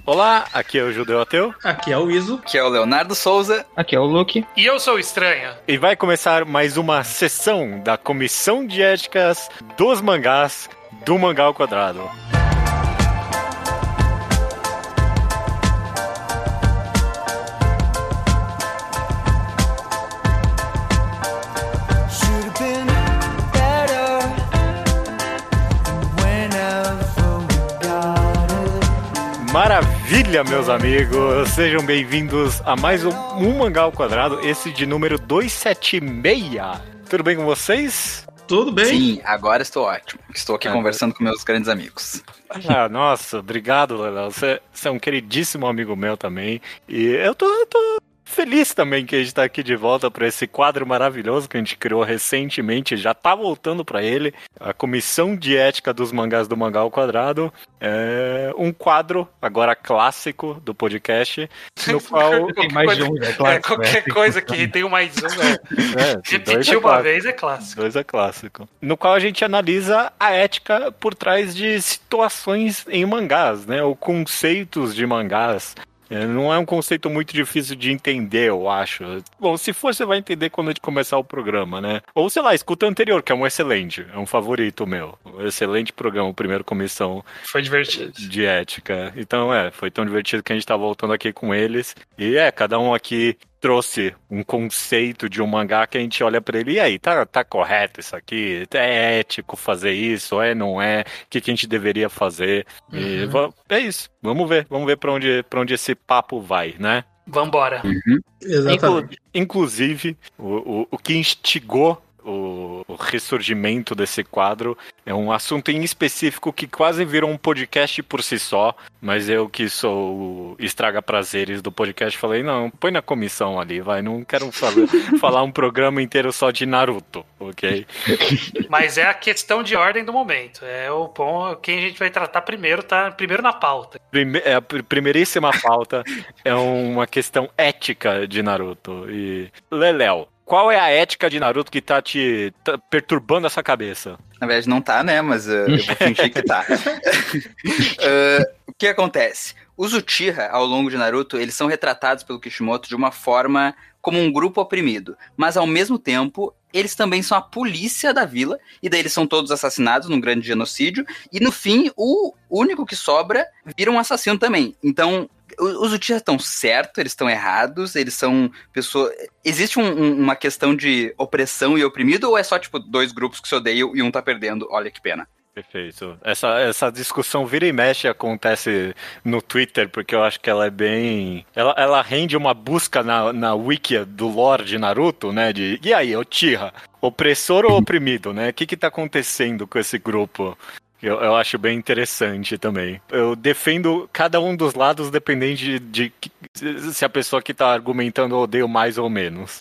Olá, aqui é o Judeu Ateu. Aqui é o Iso. Aqui é o Leonardo Souza. Aqui é o Luke. E eu sou o Estranho. E vai começar mais uma sessão da Comissão de Éticas dos Mangás do Mangá ao Quadrado. Maravilha, meus amigos! Sejam bem-vindos a mais um Mangá ao Quadrado, esse de número 276. Tudo bem com vocês? Tudo bem? Sim, agora estou ótimo. Estou aqui conversando com meus grandes amigos. Ah, nossa, obrigado, Leléo. Você é um queridíssimo amigo meu também. E eu tô feliz também que a gente tá aqui de volta para esse quadro maravilhoso que a gente criou recentemente, já tá voltando para ele, a Comissão de Ética dos Mangás do Mangá ao Quadrado. É um quadro, agora clássico, do podcast, no qual... Tem mais de um, é clássico. Qualquer coisa que tem um mais um, repetir uma vez é clássico. Dois é clássico. No qual a gente analisa a ética por trás de situações em mangás, né, ou conceitos de mangás. Não é um conceito muito difícil de entender, eu acho. Bom, se for, você vai entender quando a gente começar o programa, né? Ou, sei lá, escuta o anterior, que é um excelente. É um favorito meu. Um excelente programa, o primeiro Comissão. Foi divertido. De Ética. Então, foi tão divertido que a gente tá voltando aqui com eles. E cada um aqui trouxe um conceito de um mangá que a gente olha pra ele, e aí, tá correto isso aqui? É ético fazer isso? Não é? O que a gente deveria fazer? E é isso, vamos ver pra onde esse papo vai, né? Vambora. Exatamente. Inclusive, o que instigou o ressurgimento desse quadro é um assunto em específico que quase virou um podcast por si só, mas eu que sou o estraga-prazeres do podcast falei, não, põe na comissão ali, vai, não quero falar um programa inteiro só de Naruto, ok? Mas é a questão de ordem do momento, é o ponto, quem a gente vai tratar primeiro, tá primeiro na pauta. A primeiríssima pauta é uma questão ética de Naruto. E Leléo, qual é a ética de Naruto que tá te perturbando essa cabeça? Na verdade não tá, né? Mas eu vou fingir que tá. O que acontece? Os Uchiha, ao longo de Naruto, eles são retratados pelo Kishimoto de uma forma como um grupo oprimido. Mas, ao mesmo tempo, eles também são a polícia da vila. E daí eles são todos assassinados num grande genocídio. E, no fim, o único que sobra vira um assassino também. Então... Os Uchiha estão certos, eles estão errados, eles são pessoas... Existe uma questão de opressão e oprimido, ou é só, tipo, dois grupos que se odeiam e um tá perdendo? Olha que pena. Perfeito. Essa discussão vira e mexe acontece no Twitter, porque eu acho que ela é bem... Ela rende uma busca na wiki do lore de Naruto, né? E aí, Uchiha, opressor ou oprimido, né? O que tá acontecendo com esse grupo? Eu acho bem interessante também. Eu defendo cada um dos lados dependente de se a pessoa que tá argumentando odeia mais ou menos.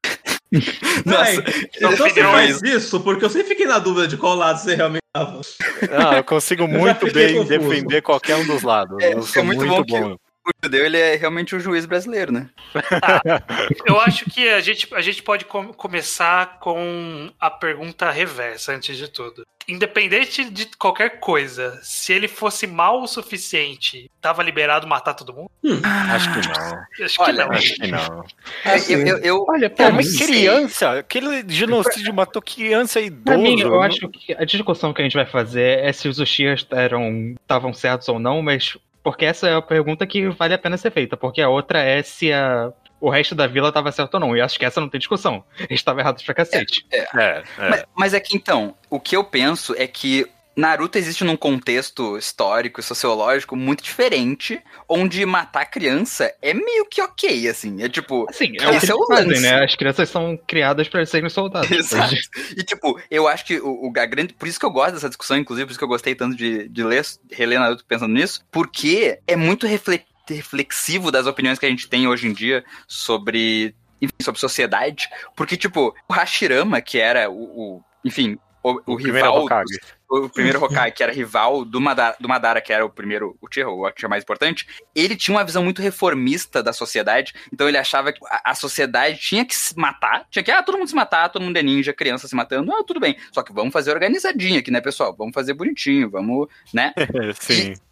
Nossa, então você faz isso porque eu sempre fiquei na dúvida de qual lado você realmente tava. Eu consigo muito bem defender qualquer um dos lados. Eu sou muito bom. O Judeu, ele é realmente o juiz brasileiro, né? Eu acho que a gente pode começar com a pergunta reversa, antes de tudo. Independente de qualquer coisa, se ele fosse mal o suficiente, tava liberado matar todo mundo? Acho que não. Acho que não. Olha, uma criança, aquele genocídio matou criança e idoso. Pra mim, eu acho que a discussão que a gente vai fazer é se os Uchiha estavam certos ou não, mas... Porque essa é a pergunta que vale a pena ser feita, porque a outra é se o resto da vila estava certo ou não, e acho que essa não tem discussão. Eles estavam errados pra cacete. Mas é que então, o que eu penso é que Naruto existe num contexto histórico e sociológico muito diferente, onde matar criança é meio que ok, assim. É tipo... Assim, é o que eles fazem, né? As crianças são criadas pra serem soldados. Exato. E tipo, eu acho que a grande... Por isso que eu gosto dessa discussão, inclusive, por isso que eu gostei tanto de reler Naruto pensando nisso, porque é muito reflexivo das opiniões que a gente tem hoje em dia sobre sociedade. Porque, tipo, o Hashirama, que era o rival... O primeiro Hokage, que era rival do Madara, que era o primeiro Uchiha, o Uchiha mais importante, ele tinha uma visão muito reformista da sociedade, então ele achava que a sociedade tinha que se matar, todo mundo se matar, todo mundo é ninja, criança se matando, tudo bem, só que vamos fazer organizadinho aqui, né, pessoal? Vamos fazer bonitinho, vamos, né? Sim.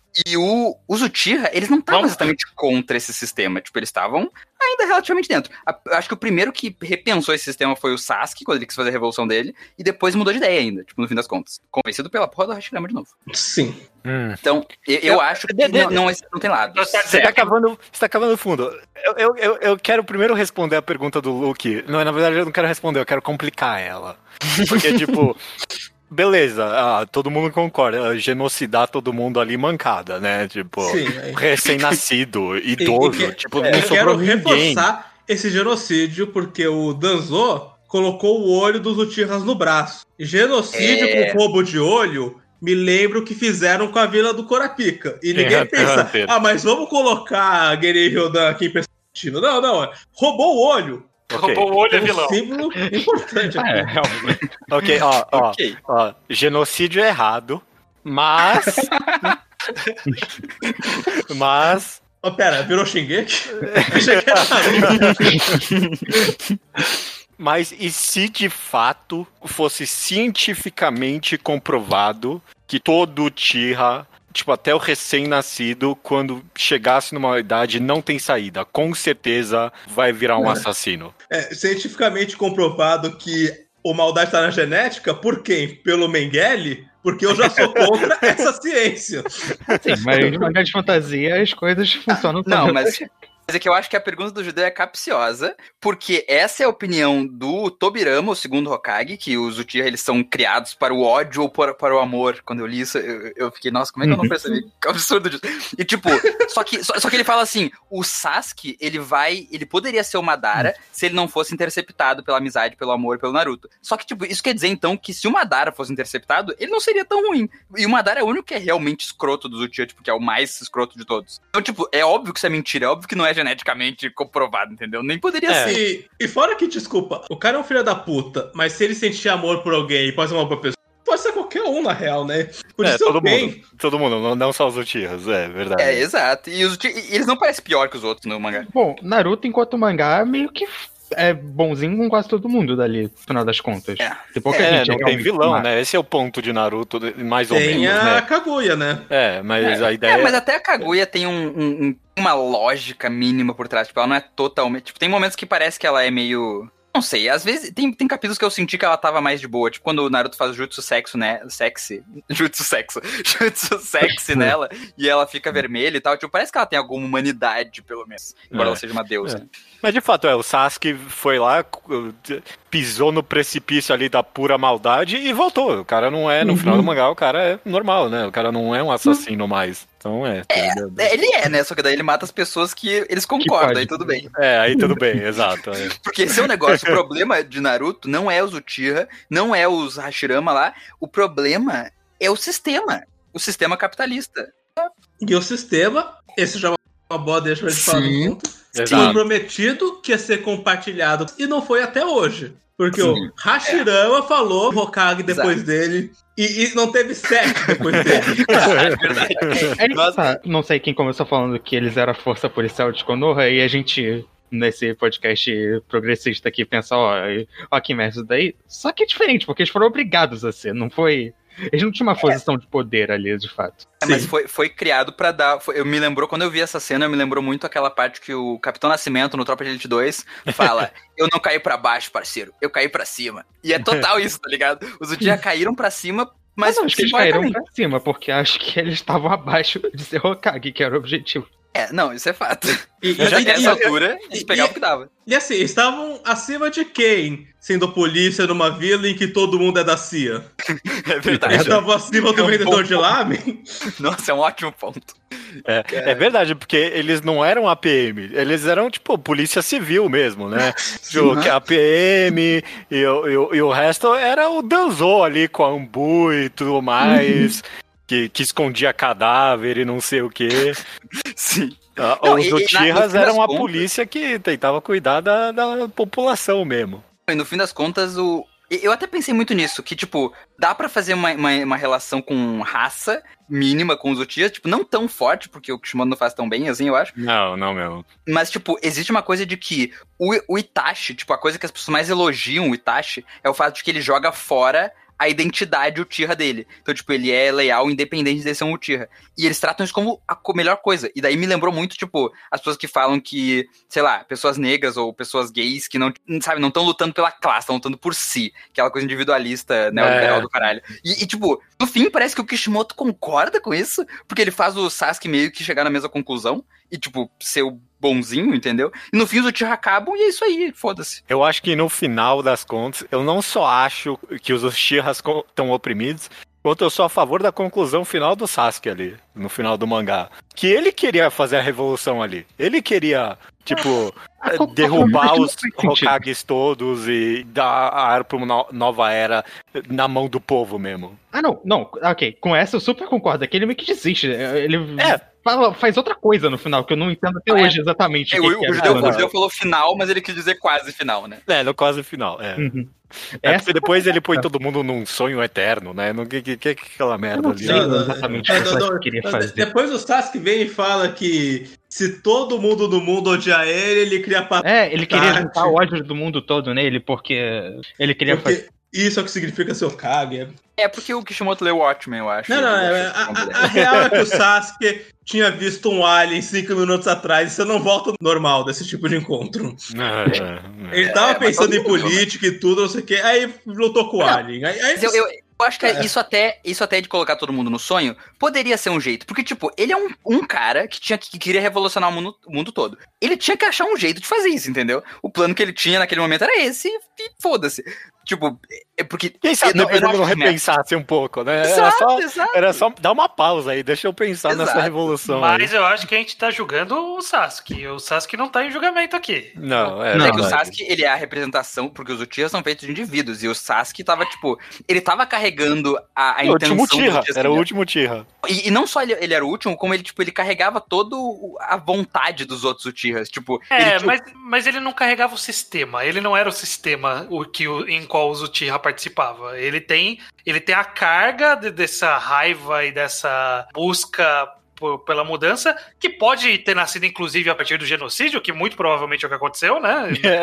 E os Uchiha, eles não estavam exatamente contra esse sistema. Tipo, eles estavam ainda relativamente dentro. Acho que o primeiro que repensou esse sistema foi o Sasuke, quando ele quis fazer a revolução dele, e depois mudou de ideia ainda, tipo, no fim das contas. Convencido pela porra do Hashirama de novo. Sim. Então, eu acho que não tem lado. Você tá cavando fundo. Eu quero primeiro responder a pergunta do Luke. Não, na verdade eu não quero responder, eu quero complicar ela. Porque, tipo... Beleza, todo mundo concorda, genocidar todo mundo ali mancada, né? Tipo, recém-nascido, idoso, tipo, não sobrou ninguém. Eu quero reforçar esse genocídio porque o Danzo colocou o olho dos Uchihas no braço. Genocídio com roubo de olho me lembra o que fizeram com a Vila do Corapica. E ninguém pensa, mas vamos colocar a Guerreiro Ryodan aqui em perspectiva. Não, roubou o olho. Okay. Roubou o olho é vilão. Um símbolo importante aqui. Realmente. Ó, genocídio é errado, mas... Pera, virou Shingeki? Achei que era Mas e se de fato fosse cientificamente comprovado que todo Uchiha, tipo, até o recém-nascido, quando chegasse numa idade, não tem saída. Com certeza vai virar um assassino. Cientificamente comprovado que o maldade tá na genética, por quem? Pelo Mengele? Porque eu já sou contra essa ciência. Sim, mas em mangá de fantasia as coisas funcionam. Não, mas é que eu acho que a pergunta do judeu é capciosa, porque essa é a opinião do Tobirama, o segundo Hokage, que os Uchiha, eles são criados para o ódio ou para o amor. Quando eu li isso, eu fiquei, nossa, como é que eu não percebi? Que absurdo disso. E tipo, só que ele fala assim, o Sasuke, ele poderia ser o Madara se ele não fosse interceptado pela amizade, pelo amor, pelo Naruto. Só que, tipo, isso quer dizer, então, que se o Madara fosse interceptado, ele não seria tão ruim. E o Madara é o único que é realmente escroto dos Uchiha, tipo, que é o mais escroto de todos. Então, tipo, é óbvio que isso é mentira, é óbvio que não é geneticamente comprovado, entendeu? Nem poderia ser. E fora que, desculpa, o cara é um filho da puta, mas se ele sentir amor por alguém e pode ser uma boa pessoa, pode ser qualquer um, na real, né? Pode ser todo mundo, não só os Uchihas, é verdade. Exato. E eles não parecem pior que os outros no mangá. Bom, Naruto, enquanto mangá, meio que é bonzinho com quase todo mundo dali, no final das contas. Tem pouca gente, não tem vilão, né? Esse é o ponto de Naruto, mais ou menos, né? Tem a Kaguya, né? Mas a ideia... mas até a Kaguya tem uma lógica mínima por trás. Tipo, ela não é totalmente... Tipo, tem momentos que parece que ela é meio... Não sei, às vezes tem capítulos que eu senti que ela tava mais de boa. Tipo, quando o Naruto faz o jutsu sexy nela, e ela fica vermelha e tal. Tipo, parece que ela tem alguma humanidade, pelo menos. Embora ela seja uma deusa. Mas de fato, o Sasuke foi lá, pisou no precipício ali da pura maldade e voltou. O cara não é, no final do mangá, o cara é normal, né? O cara não é um assassino mais. Então ele é, né? Só que daí ele mata as pessoas que eles concordam, aí tudo bem. Aí tudo bem, exato. Porque esse é o negócio. O problema de Naruto não é os Uchiha, não é os Hashirama lá. O problema é o sistema. O sistema capitalista. E o sistema, esse já é uma boa deixa pra gente falar do ponto. Foi prometido que ia ser compartilhado e não foi até hoje. Porque o Hashirama falou Hokage depois dele e não teve sete depois dele. Não sei quem começou falando que eles eram a força policial de Konoha e a gente, nesse podcast progressista aqui, pensa, ó que merda daí. Só que é diferente, porque eles foram obrigados a ser, não foi... Eles não tinham uma posição de poder ali, de fato. Mas foi criado pra dar... me lembrou, quando eu vi essa cena, me lembrou muito aquela parte que o Capitão Nascimento, no Tropa de Elite 2, fala, eu não caí pra baixo, parceiro, eu caí pra cima. E é total isso, tá ligado? Os Uchiha caíram pra cima, mas... Não, acho que eles caíram pra cima, porque acho que eles estavam abaixo de ser Hokage, que era o objetivo. Não, isso é fato. Mas nessa altura, eles pegavam o que dava. E assim, estavam acima de quem? Sendo polícia numa vila em que todo mundo é da CIA. É verdade. Eles estavam acima do vendedor de lamen? Nossa, é um ótimo ponto. É verdade, porque eles não eram APM, eles eram, tipo, polícia civil mesmo, né? A APM e o resto era o Danzo ali com a Ambu e tudo mais... Que escondia cadáver e não sei o quê. Sim. Os Uchihas eram a polícia que tentava cuidar da população mesmo. E no fim das contas, eu até pensei muito nisso, que, tipo, dá pra fazer uma relação com raça mínima com os Uchihas, tipo, não tão forte, porque o Kishimoto não faz tão bem, assim, eu acho. Não mesmo. Mas, tipo, existe uma coisa de que o Itachi, tipo, a coisa que as pessoas mais elogiam o Itachi é o fato de que ele joga fora a identidade Uchiha dele. Então, tipo, ele é leal, independente de ser um Uchiha. E eles tratam isso como a melhor coisa. E daí me lembrou muito, tipo, as pessoas que falam que, sei lá, pessoas negras ou pessoas gays que não, sabe, não estão lutando pela classe, estão lutando por si. Aquela coisa individualista, neoliberal do caralho. E, tipo, no fim, parece que o Kishimoto concorda com isso, porque ele faz o Sasuke meio que chegar na mesma conclusão e, tipo, ser o bonzinho, entendeu? E no fim os Uchiha acabam e é isso aí, foda-se. Eu acho que no final das contas, eu não só acho que os Uchihas estão oprimidos, quanto eu sou a favor da conclusão final do Sasuke ali, no final do mangá. Que ele queria fazer a revolução ali. Ele queria, tipo, derrubar os Hokages todos e dar pra uma nova era na mão do povo mesmo. Não, ok. Com essa eu super concordo. É que ele meio que desiste. Ele faz outra coisa no final, que eu não entendo até hoje exatamente. O Judeu falou final, mas ele quis dizer quase final, né? No quase final, Uhum. Porque depois ele põe todo mundo num sonho eterno, né? Que aquela merda ali. Exatamente o que o Sasuke queria fazer. Depois o Sasuke vem e fala que se todo mundo no mundo odiar ele cria ele queria juntar o ódio do mundo todo nele, porque ele queria fazer. Isso é o que significa ser Hokage. É porque o Kishimoto leu Watchmen, eu acho. A real é que o Sasuke tinha visto um alien 5 minutos atrás e você não volta ao normal desse tipo de encontro. Ele tava pensando em política e tudo, não sei o que, aí lutou com o alien. Eu acho que isso até de colocar todo mundo no sonho poderia ser um jeito. Porque, tipo, ele é um cara que queria revolucionar o mundo todo. Ele tinha que achar um jeito de fazer isso, entendeu? O plano que ele tinha naquele momento era esse e foda-se. Tipo, é porque... Quem sabe depois ele não repensasse um pouco, né? Exato. Era só dar uma pausa aí, deixa eu pensar nessa revolução. Mas aí. Eu acho que a gente tá julgando o Sasuke. O Sasuke não tá em julgamento aqui. Não, é que o Sasuke, ele é a representação, porque os Uchihas são feitos de indivíduos, e o Sasuke tava, tipo, ele tava carregando a intenção do Uchiha. Era o último Uchiha. E não só ele era o último, como ele carregava toda a vontade dos outros Uchihas, tipo... Mas ele não carregava o sistema, ele não era o sistema em qual os Uchiha participavam. Ele tem a carga dessa raiva e dessa busca pela mudança, que pode ter nascido inclusive a partir do genocídio, que muito provavelmente é o que aconteceu, né?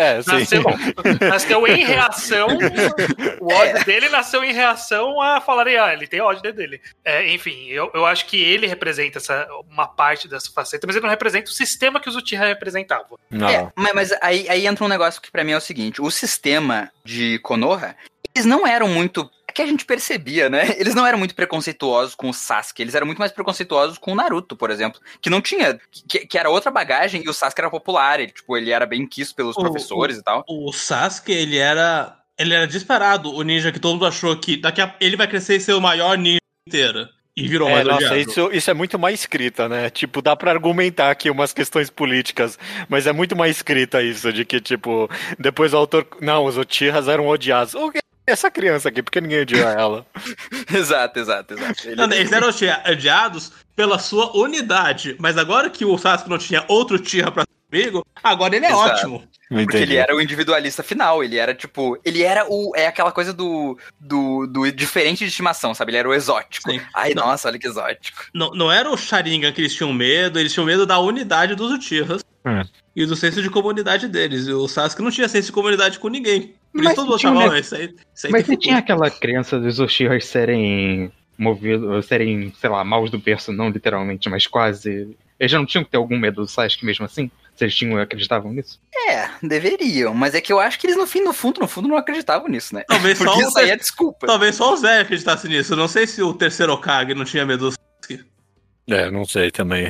Nasceu em reação, o ódio dele nasceu em reação a falarem, ele tem ódio dele. Enfim, eu acho que ele representa uma parte dessa faceta, mas ele não representa o sistema que os Uchiha representavam. Mas aí entra um negócio que pra mim é o seguinte, o sistema de Konoha, eles não eram muito... que a gente percebia, né? Eles não eram muito preconceituosos com o Sasuke, eles eram muito mais preconceituosos com o Naruto, por exemplo, que não tinha, que era outra bagagem, e o Sasuke era popular, ele era bem quisto pelos professores e tal. O Sasuke, ele era disparado, o ninja que todo mundo achou que ele vai crescer e ser o maior ninja inteiro. E virou mais odiado. Isso é muito mais escrita, né? Tipo, dá pra argumentar aqui umas questões políticas, mas é muito mais escrita isso, de que, tipo, depois o autor... Não, os Uchihas eram odiados. O que essa criança aqui, por que ninguém odia ela? Exato. Eles eram odiados pela sua unidade, mas agora que o Sasuke não tinha outro Uchiha pra ser amigo, agora ele é ótimo. Porque ele era o individualista final, ele era tipo, é aquela coisa do diferente de estimação, sabe? Ele era o exótico. Sim. Nossa, olha que exótico. Não era o Sharingan que eles tinham medo da unidade dos Uchihas. E do senso de comunidade deles. E o Sasuke não tinha senso de comunidade com ninguém. Por isso todo mundo chamava isso aí. Mas você tinha aquela crença dos Uchihas serem movidos, serem, sei lá, maus do berço, não literalmente, mas quase. Eles já não tinham que ter algum medo do Sasuke mesmo assim? Se eles acreditavam nisso? Deveriam, mas é que eu acho que eles no fundo não acreditavam nisso, né? Talvez porque isso aí é desculpa. Talvez só o Zé acreditasse nisso. Eu não sei se o terceiro Hokage não tinha medo do Sasuke. Não sei também.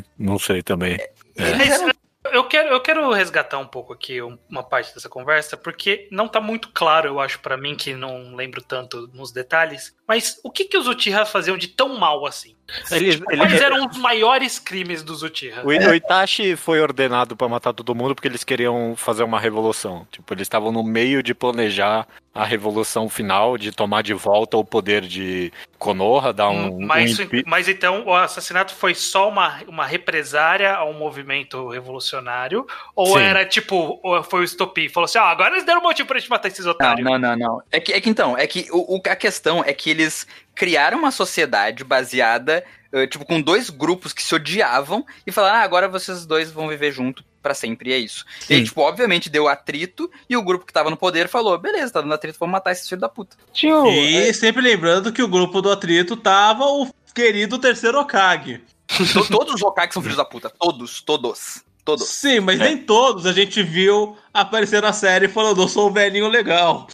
Eu quero resgatar um pouco aqui uma parte dessa conversa, porque não tá muito claro, eu acho, pra mim, que não lembro tanto nos detalhes, mas o que os Uchiha faziam de tão mal assim? Quais eram os maiores crimes dos Uchiha? O Itachi foi ordenado pra matar todo mundo porque eles queriam fazer uma revolução. Tipo, eles estavam no meio de planejar a revolução final, de tomar de volta o poder de Konoha, dar Mas então o assassinato foi só uma represária a um movimento revolucionário? Ou Sim. Era tipo, foi o estopim? Falou assim, agora eles deram motivo pra gente matar esses otários. Não. É que a questão é que eles criaram uma sociedade baseada, tipo, com dois grupos que se odiavam e falaram, agora vocês dois vão viver junto pra sempre, e é isso. E aí, tipo, obviamente deu atrito, e o grupo que tava no poder falou, beleza, tá dando atrito, vamos matar esses filhos da puta. E sempre lembrando que o grupo do atrito tava o querido terceiro Hokage. Todos os Hokage são filhos da puta, todos. Sim, mas nem todos a gente viu aparecer na série falando, eu sou um velhinho legal.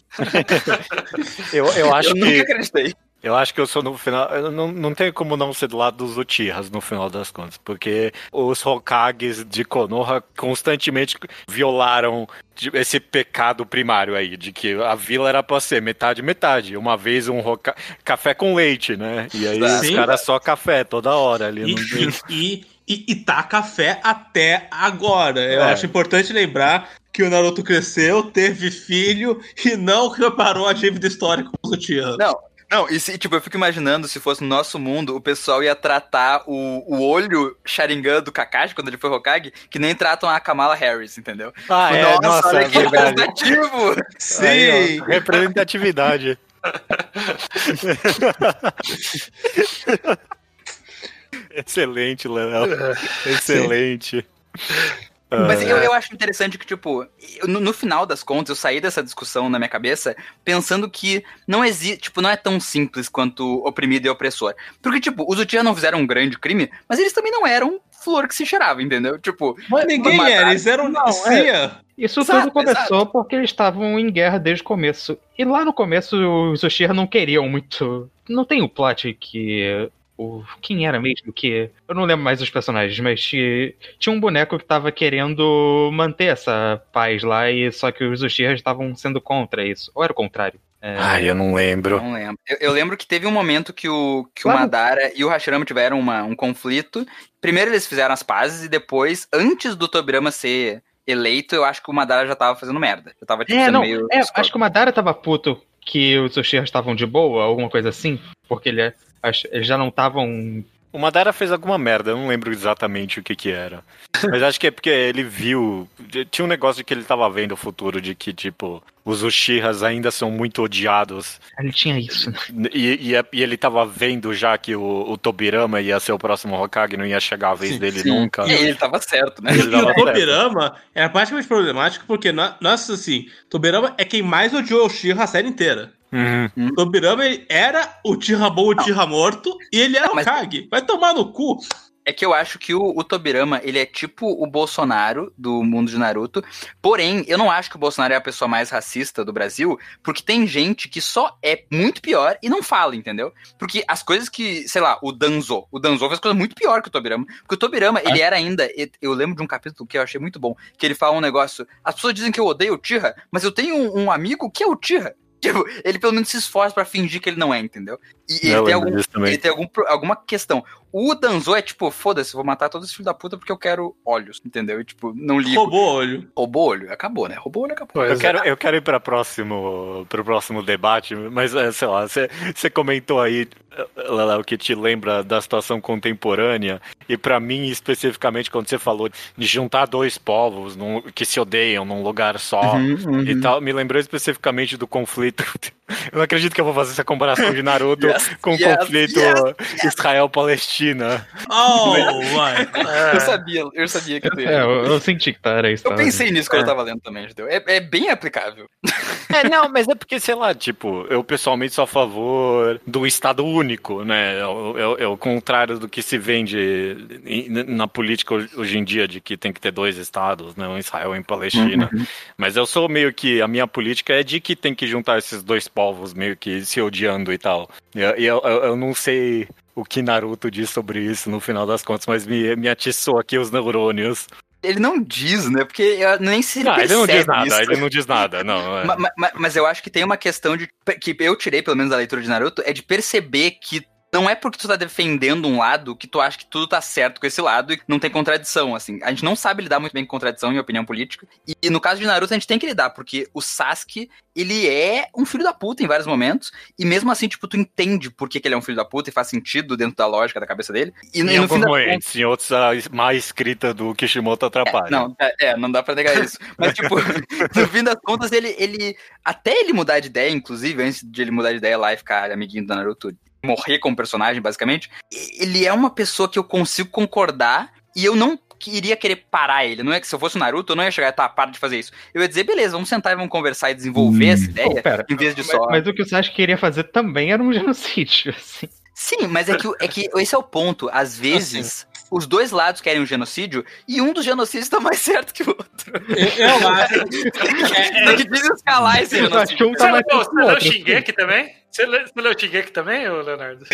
Eu acho nunca acreditei. Eu acho que eu sou no final. Não tem como não ser do lado dos Uchihas no final das contas. Porque os Hokages de Konoha constantemente violaram esse pecado primário aí. De que a vila era pra ser metade. Uma vez café com leite, né? E aí os caras só café toda hora ali. E tá café até agora. Eu acho importante lembrar que o Naruto cresceu, teve filho e não reparou a dívida histórica com os Uchihas. Não, e tipo, eu fico imaginando se fosse no nosso mundo, o pessoal ia tratar o olho Sharingan do Kakashi, quando ele foi Hokage, que nem tratam a Kamala Harris, entendeu? Nossa, olha que representativo! Sim! Aí, representatividade. Excelente, Léo. Excelente. Mas eu acho interessante que, tipo, no final das contas, eu saí dessa discussão na minha cabeça pensando que não existe, tipo, não é tão simples quanto oprimido e opressor. Porque, tipo, os Uchiha não fizeram um grande crime, mas eles também não eram flor que se cheirava, entendeu? Tipo, mas ninguém era, eles eram Cia. Isso tudo começou porque eles estavam em guerra desde o começo. E lá no começo, os Uchiha não queriam muito. Não tem o plot que. Quem era mesmo que... Eu não lembro mais os personagens, mas tinha um boneco que tava querendo manter essa paz lá, e só que os Uchihas estavam sendo contra isso. Ou era o contrário? Eu não lembro. Não lembro. Eu lembro que teve um momento que o Madara e o Hashirama tiveram um conflito. Primeiro eles fizeram as pazes, e depois, antes do Tobirama ser eleito, eu acho que o Madara já tava fazendo merda. Já tava, tipo, sendo meio... acho que o Madara tava puto que os Uchihas estavam de boa, alguma coisa assim, porque eles já não estavam... O Madara fez alguma merda, eu não lembro exatamente o que era. Mas acho que é porque ele viu... Tinha um negócio de que ele tava vendo o futuro, de que, tipo, os Uchihas ainda são muito odiados. Ele tinha isso, né? E ele tava vendo já que o Tobirama ia ser o próximo Hokage, não ia chegar a vez dele nunca. E ele tava certo, né? E o Tobirama é praticamente problemático porque, nossa, assim, Tobirama é quem mais odiou o Uchiha a série inteira. Tobirama era o Uchiha bom, o Uchiha morto, e ele era o Hokage. Vai tomar no cu. É que eu acho que o Tobirama, ele é tipo o Bolsonaro do mundo de Naruto, porém, eu não acho que o Bolsonaro é a pessoa mais racista do Brasil, porque tem gente que só é muito pior e não fala, entendeu? Porque as coisas que, sei lá, o Danzo fez coisa muito pior que o Tobirama, porque o Tobirama, ele era ainda, eu lembro de um capítulo que eu achei muito bom, que ele fala um negócio, as pessoas dizem que eu odeio o Uchiha, mas eu tenho um amigo que é o Uchiha. Tipo, ele pelo menos se esforça pra fingir que ele não é, entendeu? E ele tem alguma questão. O Danzo é tipo, foda-se, vou matar todos os filhos da puta porque eu quero olhos, entendeu? E tipo, não ligo. Roubou olho, acabou, né? Roubou olho, acabou. Eu quero ir pro próximo debate, mas, sei lá, você comentou aí, Léo, que te lembra da situação contemporânea, e pra mim, especificamente, quando você falou de juntar dois povos que se odeiam num lugar só e tal, me lembrou especificamente do conflito. Eu não acredito que eu vou fazer essa comparação de Naruto com o conflito Israel-Palestina. Eu sabia que ia. Eu senti que era isso. Eu pensei nisso quando eu tava lendo também, entendeu? É bem aplicável. Não, mas é porque, sei lá, tipo, eu pessoalmente sou a favor do Estado único, né? É o contrário do que se vende na política hoje em dia, de que tem que ter dois estados, né? Um Israel e um Palestina. Mas eu sou meio que, a minha política é de que tem que juntar esses dois povos meio que se odiando e tal. E eu não sei o que Naruto diz sobre isso no final das contas, mas me atiçou aqui os neurônios. Ele não diz, né? Porque nem se percebe ele não diz nada, isso. ele não diz nada, não. Mas eu acho que tem uma questão que eu tirei, pelo menos da leitura de Naruto, é de perceber que não é porque tu tá defendendo um lado que tu acha que tudo tá certo com esse lado e não tem contradição, assim. A gente não sabe lidar muito bem com contradição em opinião política. E no caso de Naruto a gente tem que lidar, porque o Sasuke, ele é um filho da puta em vários momentos, e mesmo assim, tipo, tu entende por que ele é um filho da puta e faz sentido dentro da lógica da cabeça dele. E no fim momentos, em outros a má escrita do Kishimoto atrapalha. Não dá pra negar isso. Mas, tipo, no fim das contas, ele até ele mudar de ideia, inclusive, antes de ele mudar de ideia lá e ficar amiguinho do Naruto, morrer como personagem, basicamente, ele é uma pessoa que eu consigo concordar e eu não iria querer parar ele. Não é que se eu fosse o Naruto, eu não ia chegar e para de fazer isso. Eu ia dizer, beleza, vamos sentar e vamos conversar e desenvolver essa ideia, em vez de só... Mas o que o Sasuke queria fazer também era um genocídio, assim. Sim, mas é que esse é o ponto. Às vezes, os dois lados querem um genocídio e um dos genocídios tá mais certo que o outro. Eu acho. Tem que desescalar esse genocídio. Você leu o Shingeki também? Você leu o Shingeki também, Leonardo?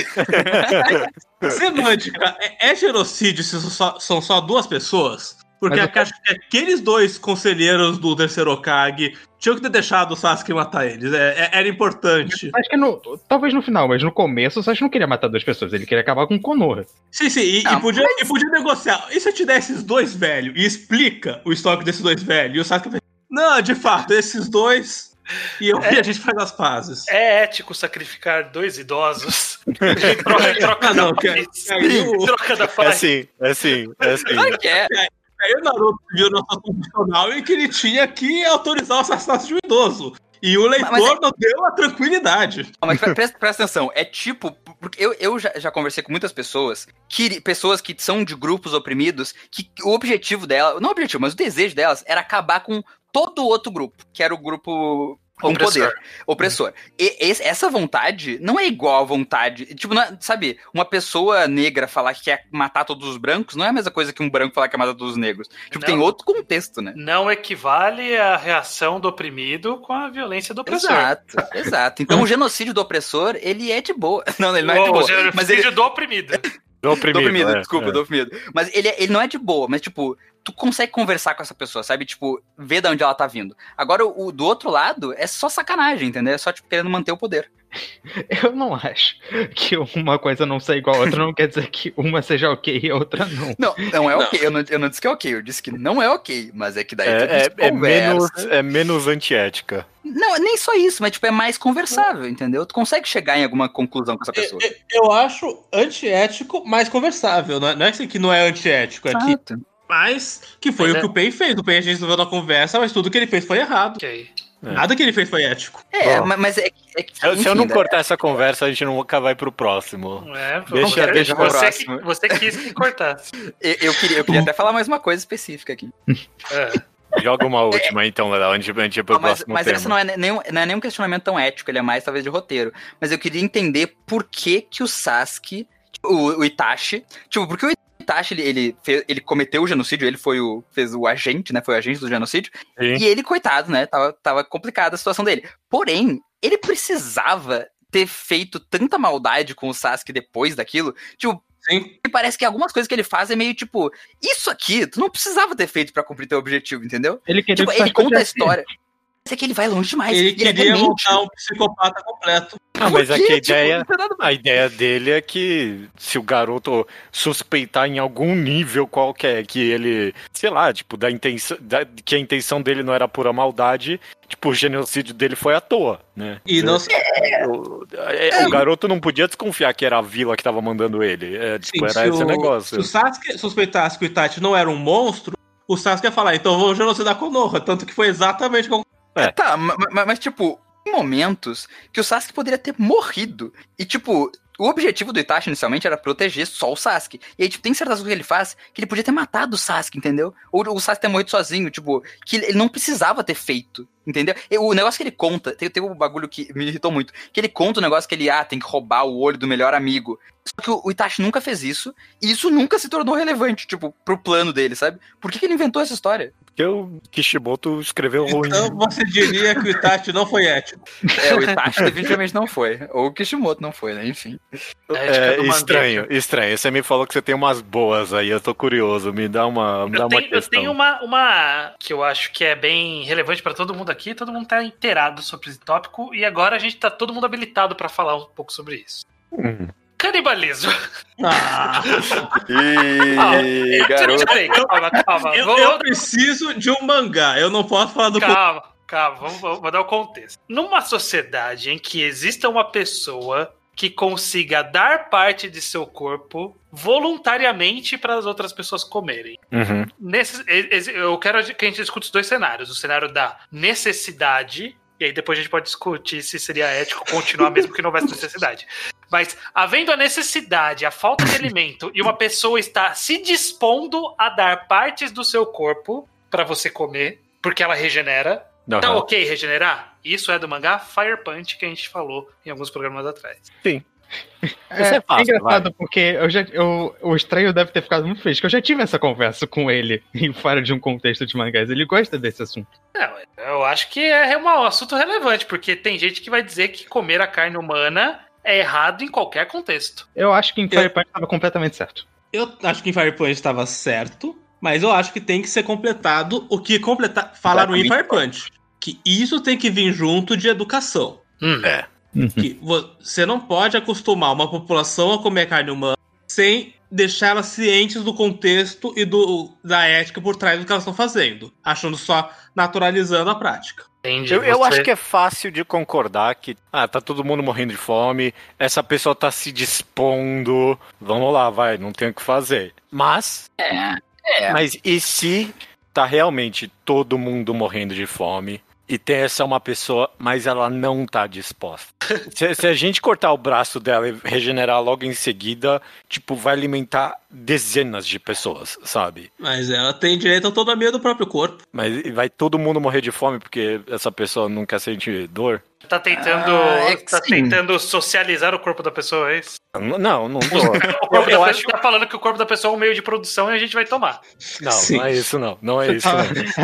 Semântica, é genocídio se são só duas pessoas? Porque acho que aqueles dois conselheiros do terceiro Hokage tinham que ter deixado o Sasuke matar eles. Era importante. Acho que talvez no final, mas no começo o Sasuke não queria matar duas pessoas, ele queria acabar com o Konoha. Sim, e podia negociar. E se eu te der esses dois velhos e explica o histórico desses dois velhos? E o Sasuke fala, não, de fato, esses dois... E a gente faz as pazes. É ético sacrificar dois idosos em troca da paz. É sim. Aí o Naruto viu na sua condicional em que ele tinha que autorizar o assassinato de um idoso. E o leitor não deu a tranquilidade. Mas presta atenção, é tipo... Porque eu já conversei com muitas pessoas que são de grupos oprimidos, que o objetivo dela... Não o objetivo, mas o desejo delas era acabar com todo o outro grupo, que era o grupo... com poder, opressor. E essa vontade não é igual à vontade... Tipo, sabe, uma pessoa negra falar que quer matar todos os brancos não é a mesma coisa que um branco falar que quer matar todos os negros. Tipo, tem outro contexto, né? Não equivale a reação do oprimido com a violência do opressor. Exato. Então o genocídio do opressor, ele é de boa. Não, ele não é de boa. O genocídio do oprimido. Do oprimido, desculpa, do oprimido. Mas ele não é de boa, mas tipo... Tu consegue conversar com essa pessoa, sabe? Tipo, ver de onde ela tá vindo. Agora, o do outro lado é só sacanagem, entendeu? É só, tipo, querendo manter o poder. Eu não acho que uma coisa não ser igual a outra não quer dizer que uma seja ok e a outra não. Não é ok. Eu não disse que é ok. Eu disse que não é ok. Mas é que daí é menos antiética. Não, nem só isso, mas tipo, é mais conversável, entendeu? Tu consegue chegar em alguma conclusão com essa pessoa. Eu acho antiético, mais conversável. Não é assim que não é antiético. É que... Mas que foi o que o Pen fez. O Pen a gente resolveu na conversa, mas tudo que ele fez foi errado. Ok. Nada que ele fez foi ético. Mas é que... Se eu não cortar essa conversa, a gente nunca vai pro próximo. Deixa pro próximo. Você quis que cortasse. Eu queria até falar mais uma coisa específica aqui. Joga uma última, então, Léo, antes de ir pro próximo mas tema. esse não é nenhum questionamento tão ético, ele é mais, talvez, de roteiro. Mas eu queria entender por que o Sasuke, o Itachi... Tipo, porque o Itachi, ele cometeu o genocídio, ele fez o agente, né? Foi o agente do genocídio. Sim. E ele, coitado, né? Tava complicada a situação dele. Porém, ele precisava ter feito tanta maldade com o Sasuke depois daquilo. Tipo, sim. Parece que algumas coisas que ele faz é meio tipo... Isso aqui, tu não precisava ter feito pra cumprir teu objetivo, entendeu? Ele conta a história... Mas é que ele vai longe demais. Ele queria montar um psicopata completo. Não, mas aqui a ideia dele é que se o garoto suspeitar em algum nível qualquer que ele, sei lá, tipo, que a intenção dele não era pura maldade, tipo, o genocídio dele foi à toa, né? E não o garoto não podia desconfiar que era a vila que tava mandando ele. Tipo, era esse negócio. Se o Sasuke suspeitasse que o Itachi não era um monstro, o Sasuke ia falar, então vou genocidar Konoha. Tanto que foi exatamente como... Tá, mas tipo, em momentos que o Sasuke poderia ter morrido. E tipo, o objetivo do Itachi inicialmente era proteger só o Sasuke. E aí, tipo, tem certas coisas que ele faz que ele podia ter matado o Sasuke, entendeu? Ou o Sasuke ter morrido sozinho, tipo, que ele não precisava ter feito, entendeu? O negócio que ele conta, tem um bagulho que me irritou muito, que ele conta o negócio que ele, tem que roubar o olho do melhor amigo. Só que o Itachi nunca fez isso, e isso nunca se tornou relevante, tipo, pro plano dele, sabe? Por que ele inventou essa história? Porque o Kishimoto escreveu ruim. Então você diria que o Itachi não foi ético. O Itachi definitivamente não foi. Ou o Kishimoto não foi, né? Enfim. Estranho. Você me falou que você tem umas boas aí, eu tô curioso. Me dá uma questão. Eu tenho uma que eu acho que é bem relevante pra todo mundo aqui. Todo mundo tá inteirado sobre esse tópico. E agora a gente tá todo mundo habilitado pra falar um pouco sobre isso. Canibalismo. Garoto. Calma. Eu preciso de um mangá. Eu não posso falar do... Calma. Vou dar o contexto. Numa sociedade em que exista uma pessoa que consiga dar parte de seu corpo voluntariamente para as outras pessoas comerem. Uhum. Eu quero que a gente discute os dois cenários. O cenário da necessidade E aí depois a gente pode discutir se seria ético continuar mesmo que não houvesse necessidade. Mas, havendo a necessidade, a falta de alimento, e uma pessoa está se dispondo a dar partes do seu corpo pra você comer, porque ela regenera, tá ok regenerar? Isso é do mangá Fire Punch, que a gente falou em alguns programas atrás. Sim. É engraçado, porque o estranho deve ter ficado muito feliz, que eu já tive essa conversa com ele fora de um contexto de mangás. Ele gosta desse assunto. Eu acho que é um assunto relevante, porque tem gente que vai dizer que comer a carne humana é errado em qualquer contexto. Eu acho que em Fire Punch estava completamente certo. Eu acho que em Fire Punch estava certo, mas eu acho que tem que ser completado o que falaram em Fire Punch. Que isso tem que vir junto de educação. Que você não pode acostumar uma população a comer carne humana sem deixar elas cientes do contexto e da ética por trás do que elas estão fazendo, achando só naturalizando a prática. Entendi. Eu acho que é fácil de concordar que tá todo mundo morrendo de fome, essa pessoa tá se dispondo, vamos lá, vai, não tem o que fazer. Mas e se tá realmente todo mundo morrendo de fome e tem essa uma pessoa, mas ela não tá disposta? Se a gente cortar o braço dela e regenerar logo em seguida, tipo, vai alimentar dezenas de pessoas, sabe? Mas ela tem direito a toda a meia do próprio corpo. Mas vai todo mundo morrer de fome porque essa pessoa não quer sentir dor? Tá tentando socializar o corpo da pessoa, é isso? Não tô. Eu acho que tá falando que o corpo da pessoa é um meio de produção e a gente vai tomar. Não é isso não. Não é isso não.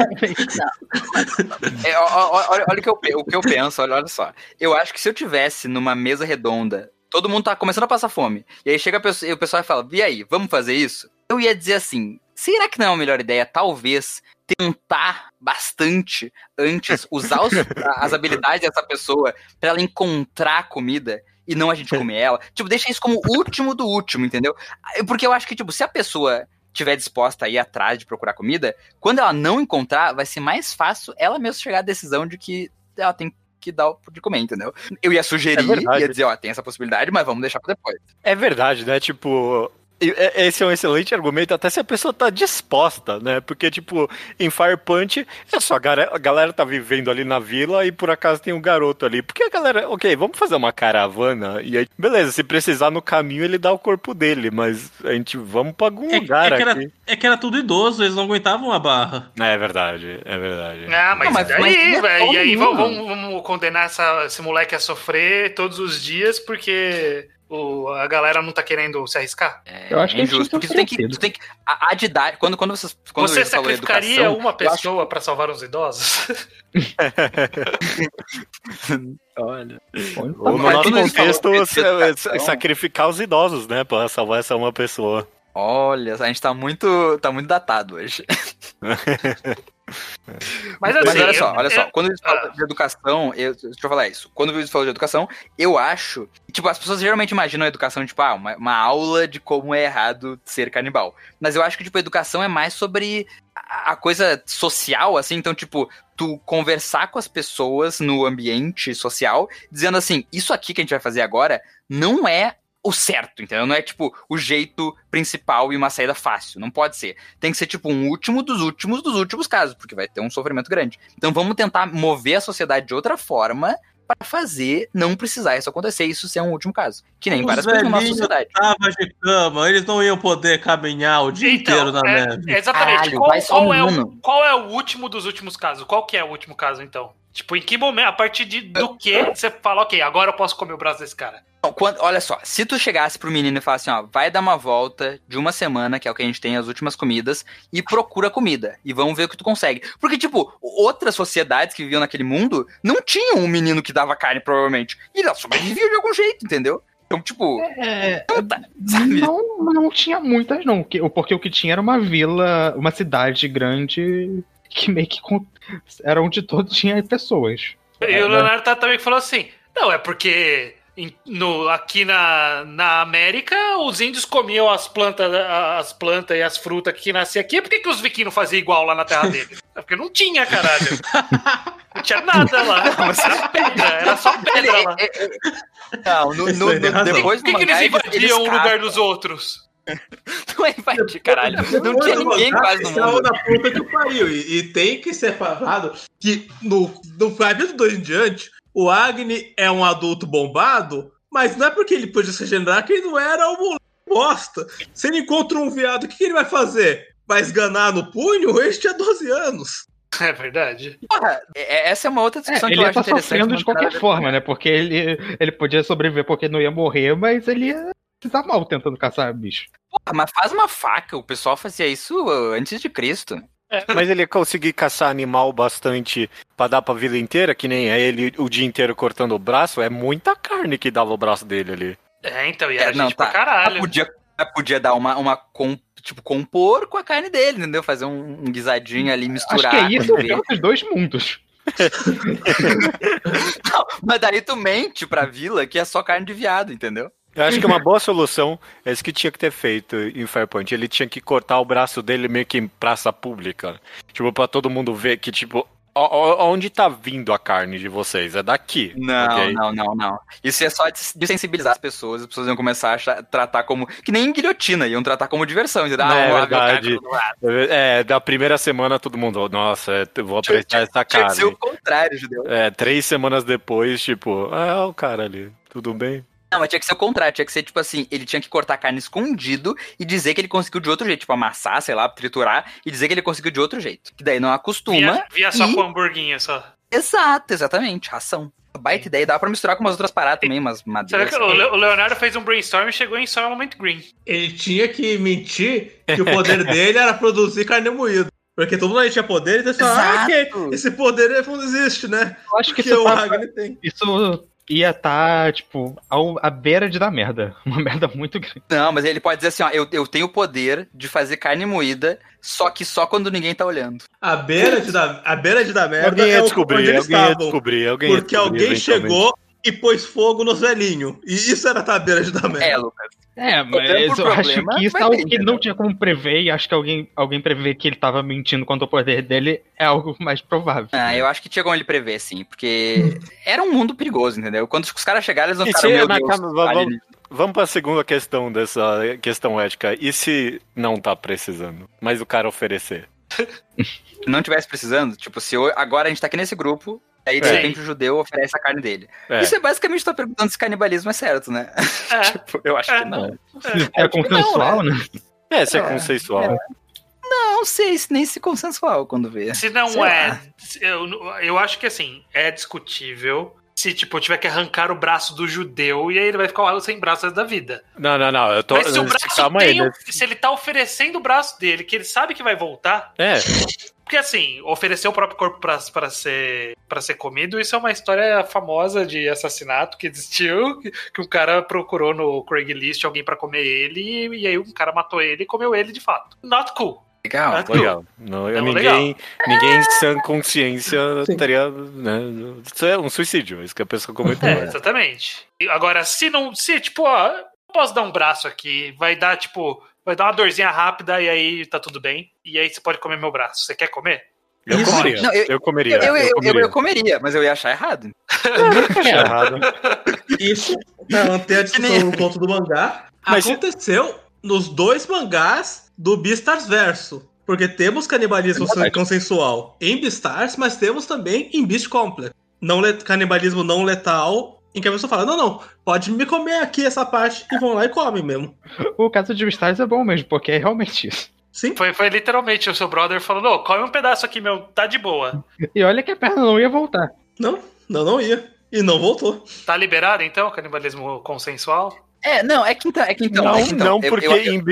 Olha o que eu penso, olha só. Eu acho que se eu tivesse numa mesa redonda, todo mundo tá começando a passar fome, e aí chega e o pessoal fala, e aí, vamos fazer isso? Eu ia dizer assim, será que não é uma melhor ideia, talvez, tentar bastante antes, usar as habilidades dessa pessoa pra ela encontrar comida e não a gente comer ela? Tipo, deixa isso como o último do último, entendeu? Porque eu acho que, tipo, se a pessoa estiver disposta a ir atrás de procurar comida, quando ela não encontrar, vai ser mais fácil ela mesma chegar à decisão de que ela tem que dar de comer, entendeu? Eu ia sugerir, ia dizer, tem essa possibilidade, mas vamos deixar pra depois. É verdade, né? Tipo, esse é um excelente argumento, até se a pessoa tá disposta, né? Porque, tipo, em Fire Punch, é só a galera tá vivendo ali na vila e por acaso tem um garoto ali. Porque a galera, ok, vamos fazer uma caravana e aí, beleza, se precisar no caminho ele dá o corpo dele, mas a gente, vamos pra algum lugar aqui. É que era tudo idoso, eles não aguentavam a barra. É verdade. Mas daí, velho, e aí vamos condenar esse moleque a sofrer todos os dias porque a galera não tá querendo se arriscar? Eu acho que é injusto, porque tu tem que a de idade, quando você sacrificaria uma pessoa pra salvar os idosos? Olha. Ou no nosso contexto, sacrificar os idosos, né? Pra salvar essa uma pessoa. Olha, a gente tá muito datado hoje. Mas olha só, quando eles falam de educação, deixa eu falar isso. Quando eles falam de educação, eu acho, tipo, as pessoas geralmente imaginam a educação, tipo, uma aula de como é errado ser canibal. Mas eu acho que, tipo, a educação é mais sobre a coisa social, assim, então, tipo, tu conversar com as pessoas no ambiente social, dizendo assim, isso aqui que a gente vai fazer agora não é o certo, entendeu? Não é, tipo, o jeito principal e uma saída fácil. Não pode ser. Tem que ser, tipo, um último dos últimos casos, porque vai ter um sofrimento grande. Então vamos tentar mover a sociedade de outra forma para fazer não precisar isso acontecer, isso ser um último caso. Que nem várias coisas na nossa sociedade. De cama, eles não iam poder caminhar o dia inteiro na neve. Exatamente. Qual é o último dos últimos casos? Qual que é o último caso, então? Tipo, em que momento, a partir do que você fala, ok, agora eu posso comer o braço desse cara? Olha só, se tu chegasse pro menino e falasse assim, vai dar uma volta de uma semana, que é o que a gente tem, as últimas comidas, e procura comida, e vamos ver o que tu consegue. Porque, tipo, outras sociedades que viviam naquele mundo não tinham um menino que dava carne, provavelmente. E elas sobreviviam de algum jeito, entendeu? Então, tipo... Não tinha muitas, não. Porque o que tinha era uma vila, uma cidade grande, que meio que era onde todo tinha pessoas. E o Leonardo também falou assim, não, é porque... aqui na América, os índios comiam as plantas e as frutas que nasciam aqui. Por que os vikings faziam igual lá na terra deles? É porque não tinha, caralho. Não tinha nada lá. Era pedra, era só pedra lá. Depois por que eles invadiam o lugar dos outros? Não é invadir, caralho. Não tinha ninguém quase no mundo. Da puta que pariu. E tem que ser falado que no capítulo 2 em diante, o Agni é um adulto bombado, mas não é porque ele podia se regenerar que ele não era um moleque bosta. Se ele encontra um viado, o que ele vai fazer? Vai esganar no punho? Ele tinha 12 anos. É verdade. Porra, essa é uma outra discussão que ele eu ia acho estar interessante. sofrendo de qualquer forma, né? Porque ele podia sobreviver porque não ia morrer, mas ele ia se dar mal tentando caçar bicho. Porra, mas faz uma faca. O pessoal fazia isso antes de Cristo. Mas ele ia conseguir caçar animal bastante pra dar pra vida inteira, que nem ele o dia inteiro cortando o braço, é muita carne que dava o braço dele ali. Então, e era gente pra caralho. Podia dar tipo, compor com a carne dele, entendeu? Fazer um guisadinho ali, misturar. Acho que é isso dos dois mundos. Não, mas daí tu mente pra vila que é só carne de viado, entendeu? Eu acho que uma boa solução é isso que tinha que ter feito em Firepoint. Ele tinha que cortar o braço dele meio que em praça pública. Tipo, pra todo mundo ver que, tipo, onde tá vindo a carne de vocês? É daqui. Não, okay? não. Isso é só desensibilizar as pessoas iam começar a tratar como... Que nem em guilhotina, iam tratar como diversão. Entendeu? É verdade. Da primeira semana todo mundo, nossa, vou apreciar essa carne. Tinha que ser o contrário, Judeu. 3 semanas depois, tipo, o cara ali, tudo bem? Não, mas tinha que ser o contrário, tinha que ser tipo assim, ele tinha que cortar a carne escondido e dizer que ele conseguiu de outro jeito, tipo amassar, sei lá, triturar e dizer que ele conseguiu de outro jeito. Que daí não acostuma. Via só com hamburguinha só. Exatamente, ração. Baita ideia, dá pra misturar com umas outras paradas também, umas madeiras. Será que o Leonardo fez um brainstorm e chegou em Soylent Green? Ele tinha que mentir que o poder dele era produzir carne moída. Porque todo mundo aí tinha poder, então você fala, esse poder não existe, né? Eu acho que o Agni tem. Isso ia estar, tipo, à beira de dar merda. Uma merda muito grande. Não, mas ele pode dizer assim, ó, eu tenho o poder de fazer carne moída, só que só quando ninguém tá olhando. A beira de dar merda alguém ia descobrir. Porque alguém chegou e pôs fogo nos velhinhos. E isso era a beira de dar merda. Lucas. Mas eu acho que isso é algo que não tinha como prever, e acho que alguém prever que ele tava mentindo quanto ao poder dele é algo mais provável. Eu acho que tinha como ele prever, sim, porque era um mundo perigoso, entendeu? Quando os caras chegaram, eles não ficaram, meu Deus, vamos pra segunda questão dessa questão ética. E se não tá precisando, mas o cara oferecer? Não tivesse precisando, tipo, se agora a gente tá aqui nesse grupo, aí de repente o judeu oferece a carne dele. Isso é basicamente tá perguntando se canibalismo é certo, né? Tipo, eu acho que não. É consensual, né? Se é consensual. Não sei nem se consensual quando vê. Se não eu acho que assim, é discutível se, tipo, tiver que arrancar o braço do judeu e aí ele vai ficar sem braço da vida. Não, eu tô... Mas se o braço se ele tá oferecendo o braço dele, que ele sabe que vai voltar... Porque, assim, oferecer o próprio corpo pra ser comido, isso é uma história famosa de assassinato que existiu, que um cara procurou no Craigslist alguém pra comer ele, e aí um cara matou ele e comeu ele de fato. Not cool. Legal. Ninguém em sã consciência teria, né? Isso é um suicídio, isso que a pessoa comentou. Exatamente. Agora, se tipo, eu posso dar um braço aqui, vai dar uma dorzinha rápida e aí tá tudo bem. E aí você pode comer meu braço. Você quer comer? Eu comeria. Eu comeria, mas eu ia achar errado. Isso, pra manter a discussão no ponto do mangá, aconteceu nos 2 mangás do Beastars Verso. Porque temos canibalismo consensual em Beastars, mas temos também em Beast Complex. Canibalismo não letal, em que a pessoa fala, não, pode me comer aqui essa parte, e vão lá e comem mesmo. O caso de Beastars é bom mesmo, porque é realmente isso. Sim. Foi literalmente o seu brother falando, come um pedaço aqui, meu, tá de boa. E olha que a perna não ia voltar. Não ia. E não voltou. Tá liberado, então, o canibalismo consensual? Não, porque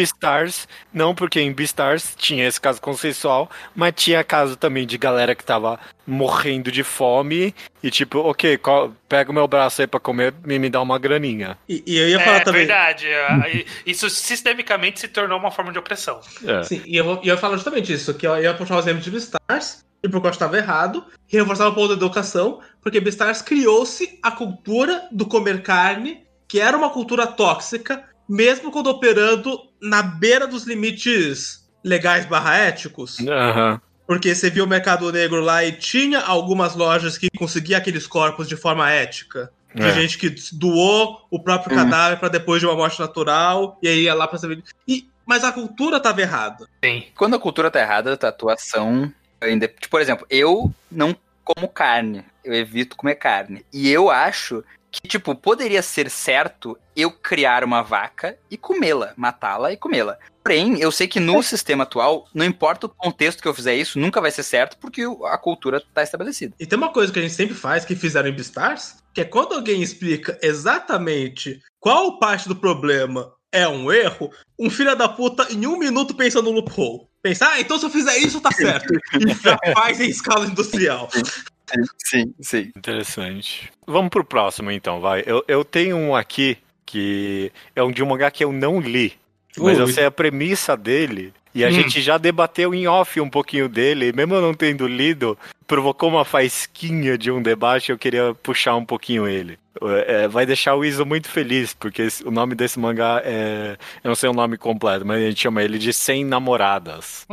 em Beastars tinha esse caso consensual, mas tinha caso também de galera que tava morrendo de fome e tipo, ok, pega o meu braço aí pra comer e me dá uma graninha. E eu ia falar também... É verdade, isso sistemicamente se tornou uma forma de opressão. Sim, e eu ia falar justamente isso, que eu ia puxar o exemplo de Beastars, e porque eu estava errado, e reforçar o ponto da educação, porque Beastars criou-se a cultura do comer carne, que era uma cultura tóxica, mesmo quando operando na beira dos limites legais /éticos. Porque você viu o mercado negro lá e tinha algumas lojas que conseguiam aqueles corpos de forma ética. De gente que doou o próprio cadáver pra depois de uma morte natural, e aí ia lá pra saber. Mas a cultura tava errada. Sim. Quando a cultura tá errada, a atuação ainda. Tipo, por exemplo, eu não como carne. Eu evito comer carne. E eu acho que, tipo, poderia ser certo eu criar uma vaca e comê-la, matá-la e comê-la. Porém, eu sei que no sistema atual, não importa o contexto que eu fizer isso, nunca vai ser certo, porque a cultura tá estabelecida. E tem uma coisa que a gente sempre faz, que fizeram em Beastars, que é quando alguém explica exatamente qual parte do problema é um erro, um filho da puta em 1 minuto pensa no loophole. Pensa, então se eu fizer isso, tá certo. E já faz em escala industrial. Sim. Interessante. Vamos pro próximo, então, vai. Eu tenho um aqui que é um de um mangá que eu não li. Mas eu sei a premissa dele. E a gente já debateu em off um pouquinho dele. E mesmo eu não tendo lido, provocou uma faísquinha de um debate. Eu queria puxar um pouquinho ele. Vai deixar o Iso muito feliz, porque o nome desse mangá é... Eu não sei o nome completo, mas a gente chama ele de 100 Namoradas.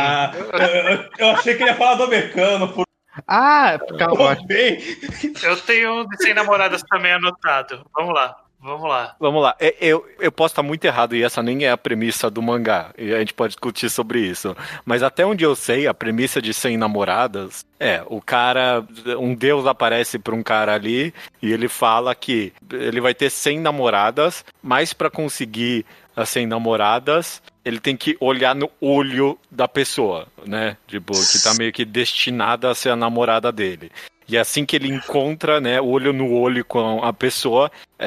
Eu achei que ele ia falar do americano. Calma. Eu tenho um de 100 namoradas também anotado. Vamos lá. Vamos lá. Eu posso estar muito errado e essa nem é a premissa do mangá. E a gente pode discutir sobre isso. Mas até onde eu sei, a premissa de 100 namoradas o cara... Um deus aparece para um cara ali e ele fala que ele vai ter 100 namoradas, mas para conseguir as 100 namoradas, ele tem que olhar no olho da pessoa, né? Tipo, que tá meio que destinada a ser a namorada dele. E assim que ele encontra, né, olho no olho com a pessoa,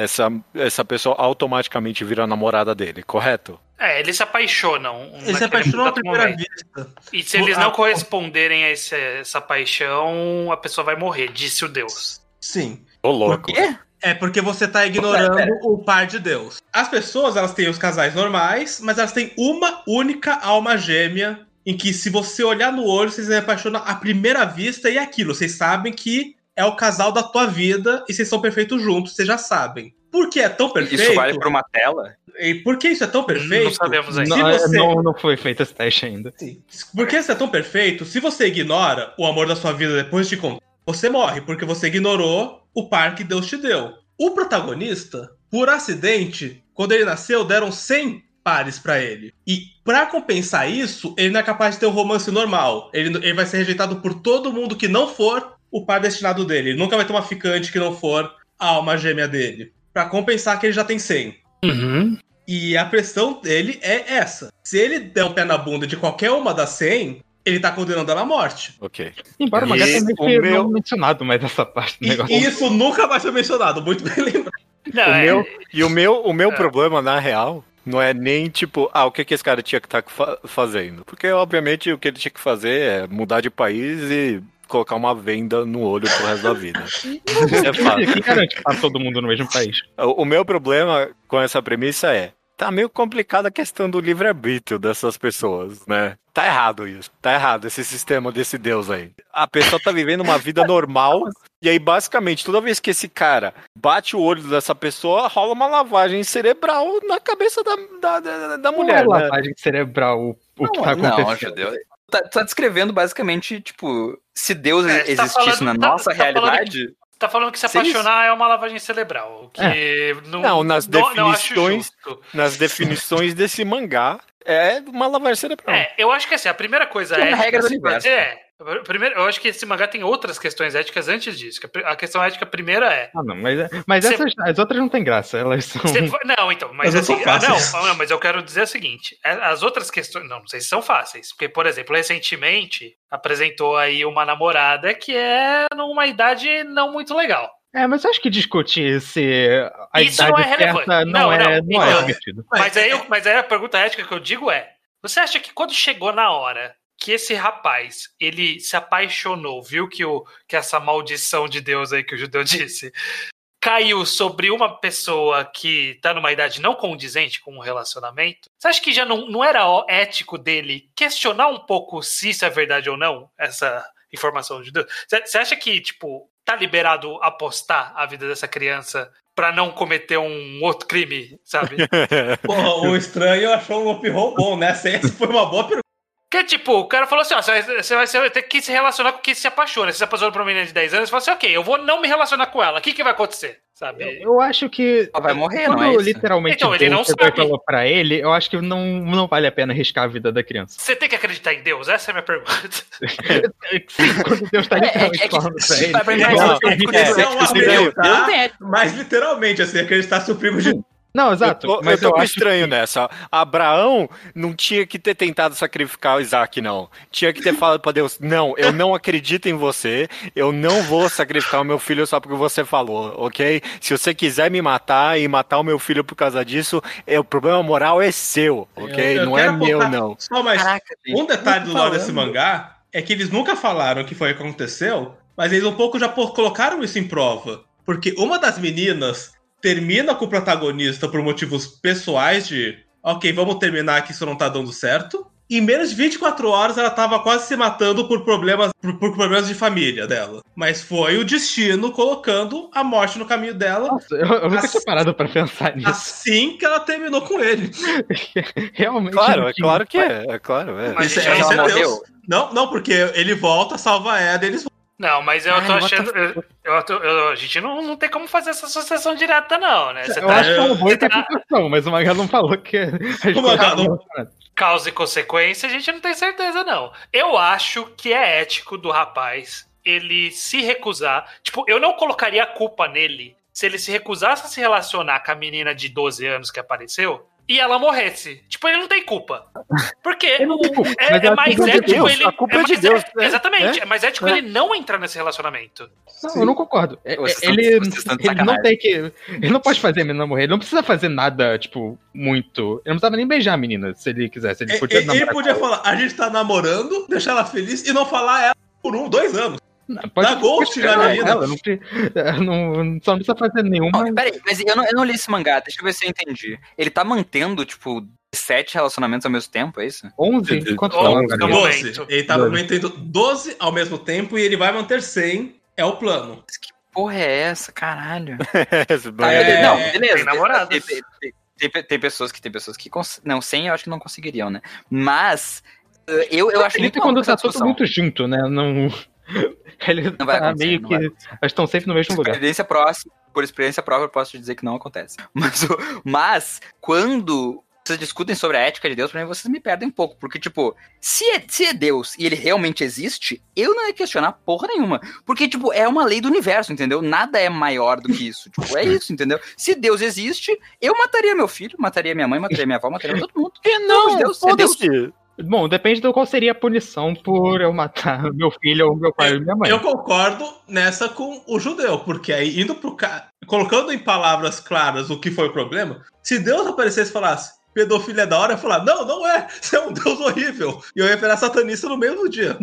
essa pessoa automaticamente vira a namorada dele, correto? Eles se apaixonam. Eles se apaixonam à primeira vista. E se eles não corresponderem a essa paixão, a pessoa vai morrer, disse o Deus. Sim. Ô, louco. Por quê? Porque você tá ignorando o par de Deus. As pessoas, elas têm os casais normais, mas elas têm uma única alma gêmea, em que se você olhar no olho, vocês se apaixonam à primeira vista e é aquilo. Vocês sabem que é o casal da tua vida e vocês são perfeitos juntos, vocês já sabem. Por que é tão perfeito? Isso vale pra uma tela? E por que isso é tão perfeito? Não sabemos ainda. Não foi feito esse teste ainda. Sim. Por que isso é tão perfeito? Se você ignora o amor da sua vida depois de contar, você morre, porque você ignorou o par que Deus te deu. O protagonista, por acidente, quando ele nasceu, deram 100 pares pra ele. E pra compensar isso, ele não é capaz de ter um romance normal. Ele vai ser rejeitado por todo mundo que não for o par destinado dele. Ele nunca vai ter uma ficante que não for a alma gêmea dele. Pra compensar que ele já tem 100. Uhum. E a pressão dele é essa. Se ele der um pé na bunda de qualquer uma das 100, ele tá condenando ela à morte. Ok. Embora o mangá tenha não mencionado mais essa parte do negócio. E isso nunca vai ser mencionado, muito bem lembrado. O meu problema, na real, não é nem tipo, o que esse cara tinha que estar fazendo. Porque, obviamente, o que ele tinha que fazer é mudar de país e colocar uma venda no olho pro resto da vida. Isso é fácil. Quem garante que tá todo mundo no mesmo país? O meu problema com essa premissa tá meio complicada a questão do livre-arbítrio dessas pessoas, né? Tá errado isso. Tá errado esse sistema desse Deus aí. A pessoa tá vivendo uma vida normal e aí, basicamente, toda vez que esse cara bate o olho dessa pessoa, rola uma lavagem cerebral na cabeça da mulher, não é né? lavagem cerebral o que tá acontecendo. Não, tá descrevendo, basicamente, tipo, se Deus existisse na nossa realidade... Tá falando que se apaixonar é uma lavagem cerebral. Que nas definições desse mangá, é uma lavagem cerebral. Eu acho que assim, a primeira coisa é uma regra do universo. Primeiro, eu acho que esse mangá tem outras questões éticas antes disso. A questão ética primeira é. Mas as outras não tem graça. Elas são. Não, então, mas assim. Mas eu quero dizer o seguinte: as outras questões. Não sei se são fáceis. Porque, por exemplo, recentemente apresentou aí uma namorada que é numa idade não muito legal. Mas eu acho que discutir se a isso idade não é relevante. certa não é divertido. Mas aí a pergunta ética que eu digo é: você acha que quando chegou na hora que esse rapaz, ele se apaixonou, viu que essa maldição de Deus aí que o judeu disse, caiu sobre uma pessoa que tá numa idade não condizente com um relacionamento, você acha que já não era ético dele questionar um pouco se isso é verdade ou não, essa informação de Deus? Você acha que, tipo, tá liberado apostar a vida dessa criança pra não cometer um outro crime, sabe? Porra, o estranho achou um loophole bom, né? Essa foi uma boa pergunta. Que tipo, o cara falou assim, você vai ter que se relacionar com quem se apaixona. Se você se apaixona por uma menina de 10 anos, você fala assim, ok, eu vou não me relacionar com ela. O que vai acontecer? sabe? Eu acho que... Vai morrer, quando não é isso? literalmente Então, ele não Deus sabe. falou pra ele, eu acho que não vale a pena arriscar a vida da criança. Você tem que acreditar em Deus? Essa é a minha pergunta. Sim, quando Deus tá literalmente falando pra ele. Vai pra mim, Não, Isso é um argumentar, Deus tem ética. mas literalmente, assim, acreditar se o primo de... Não, exato. Eu mas tô eu com acho estranho que... nessa. Abraão não tinha que ter tentado sacrificar o Isaac, não. Tinha que ter falado pra Deus, não, eu não acredito em você, eu não vou sacrificar o meu filho só porque você falou, ok? Se você quiser me matar e matar o meu filho por causa disso, o problema moral é seu, ok? Eu Não é quero meu, apontar não. Só mais Caraca, gente. um detalhe do lore falando. desse mangá é que eles nunca falaram que foi o que aconteceu, mas eles um pouco já colocaram isso em prova. Porque uma das meninas termina com o protagonista por motivos pessoais de ok, vamos terminar que isso não tá dando certo. E em menos de 24 horas ela tava quase se matando por problemas de família dela. Mas foi o destino colocando a morte no caminho dela. Nossa, eu nunca tinha parado pra pensar nisso. Assim que ela terminou com ele. Realmente. Claro, não é tinha. claro que é claro. É. Mas Isso gente, é ela Deus. morreu? Não, porque ele volta, salva ela e eles Não, mas eu tô Ai, achando. A gente não tem como fazer essa associação direta, não, né? Você Eu acho que é uma boa você tá- interpretação, mas o mangá não falou que... O mangá não- causa e consequência, a gente não tem certeza, não. Eu acho que é ético do rapaz ele se recusar. Tipo, eu não colocaria a culpa nele se ele se recusasse a se relacionar com a menina de 12 anos que apareceu e ela morresse. Tipo, ele não tem culpa. Porque Ele não tem culpa, mas é a mais culpa é de ético Deus, ele. a culpa é de mais Deus, ético- né? Exatamente. É? É mais ético ele não entrar nesse relacionamento. Não, eu não concordo. Vocês Ele estão de não sacanagem. tem que... Ele não pode fazer a menina morrer. Ele não precisa fazer nada, tipo, muito... Ele não precisava nem beijar a menina, se ele quisesse. Ele podia Ele namorar podia com ela. falar, a gente tá namorando, deixar ela feliz e não falar ela por 2 anos. Não, pode Dá ghost na menina. ela, só não precisa fazer nenhuma... Não, peraí, mas eu não li esse mangá, deixa eu ver se eu entendi. Ele tá mantendo, tipo, 7 relacionamentos ao mesmo tempo, é isso? 11? Quanto Onze, tá? no Agora? momento. 12. Ele tava mantendo 12 ao mesmo tempo e ele vai manter 100. É o plano. Mas que porra é essa, caralho? Tá, É, não, beleza. tem namoradas. Tem pessoas que não, 100 eu acho que não conseguiriam, né? Mas eu acho muito Acredito quando louco tá essa todo discussão. muito junto, né? Não... Ele Não vai tá acontecer, meio não que... vai Eles estão sempre no mesmo lugar. Por experiência própria, eu posso te dizer que não acontece. Mas quando vocês discutem sobre a ética de Deus, pra mim vocês me perdem um pouco. Porque, tipo, se é Deus e ele realmente existe, eu não ia questionar porra nenhuma. Porque, tipo, é uma lei do universo, entendeu? Nada é maior do que isso. Tipo, é isso, entendeu? Se Deus existe, eu mataria meu filho, mataria minha mãe, mataria minha avó, mataria todo mundo. Que não, Deus, é Deus. foda-se. Bom, depende de qual seria a punição por eu matar meu filho ou meu pai ou minha mãe. Eu concordo nessa com o judeu, porque aí indo pro cara, colocando em palavras claras o que foi o problema, se Deus aparecesse e falasse pedofilia é da hora, eu ia falar, não é, você é um Deus horrível. E eu ia virar satanista no mesmo dia.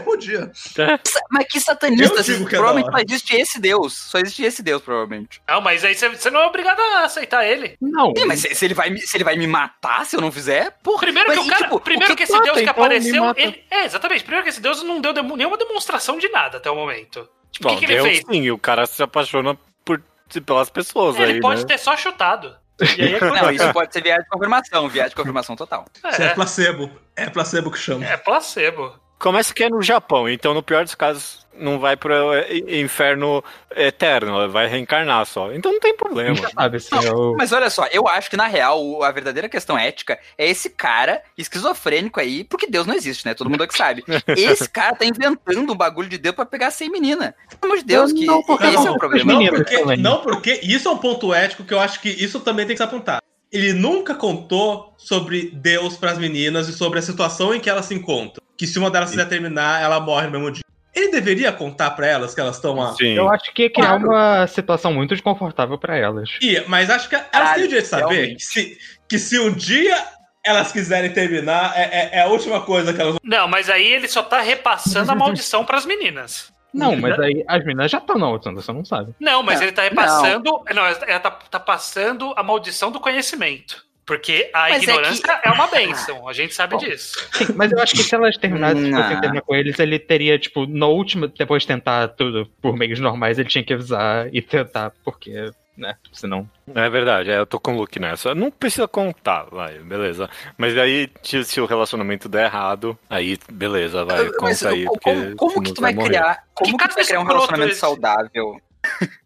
Mas que Eu satanista, digo que é provavelmente da só hora. existe esse Deus. Só existe esse Deus, provavelmente. Não, mas aí você não é obrigado a aceitar ele. Não, Sim, mas se ele vai me matar se eu não fizer, porra. Primeiro mas, que o cara. tipo, primeiro o que esse mata, Deus que então, apareceu. me mata. Exatamente. Primeiro que esse Deus não deu nenhuma demonstração de nada até o momento. Tipo, Bom, o que ele Deus fez? sim, o cara se apaixona pelas pessoas Ele aí, pode né? ter só chutado. E aí Não, isso pode ser viagem de confirmação total. Isso é placebo. É placebo que chama. É placebo. Começa que é no Japão, então no pior dos casos não vai pro inferno eterno, vai reencarnar só. Então não tem problema. sabe, assim, eu... Mas olha só, eu acho que na real a verdadeira questão ética é esse cara esquizofrênico aí, porque Deus não existe, né? Todo mundo é que sabe. Esse cara tá inventando um bagulho de Deus pra pegar 100 meninas. Pelo amor de Deus, que Não, porque esse não. é o problema. Não, Não porque isso é um ponto ético que eu acho que isso também tem que se apontar. Ele nunca contou sobre Deus pras meninas e sobre a situação em que elas se encontram. Que se uma delas quiser terminar, ela morre no mesmo dia. Ele deveria contar pra elas que elas estão lá. Sim. Eu acho que ia criar uma situação muito desconfortável pra elas. Mas acho que elas têm o direito de saber realmente. que se um dia elas quiserem terminar, é a última coisa que elas vão. Não, mas aí ele só tá repassando a maldição pras meninas. Não, mas aí as meninas já estão na outra, você não sabe. Não, mas Não, ele tá repassando. Não, ela tá passando a maldição do conhecimento. Porque a Mas ignorância é uma bênção, a gente sabe disso. Sim, mas eu acho que se elas terminassem, se Não. fossem terminar com eles, ele teria, tipo, no último, depois de tentar tudo por meios normais, ele tinha que avisar e tentar, porque, né, senão... É verdade, eu tô com o Luke nessa. Não precisa contar, vai, beleza. Mas aí, se o relacionamento der errado, aí, beleza, vai, Mas conta aí. como que tu vai criar? Como que tu vai criar um escroto relacionamento esse. saudável?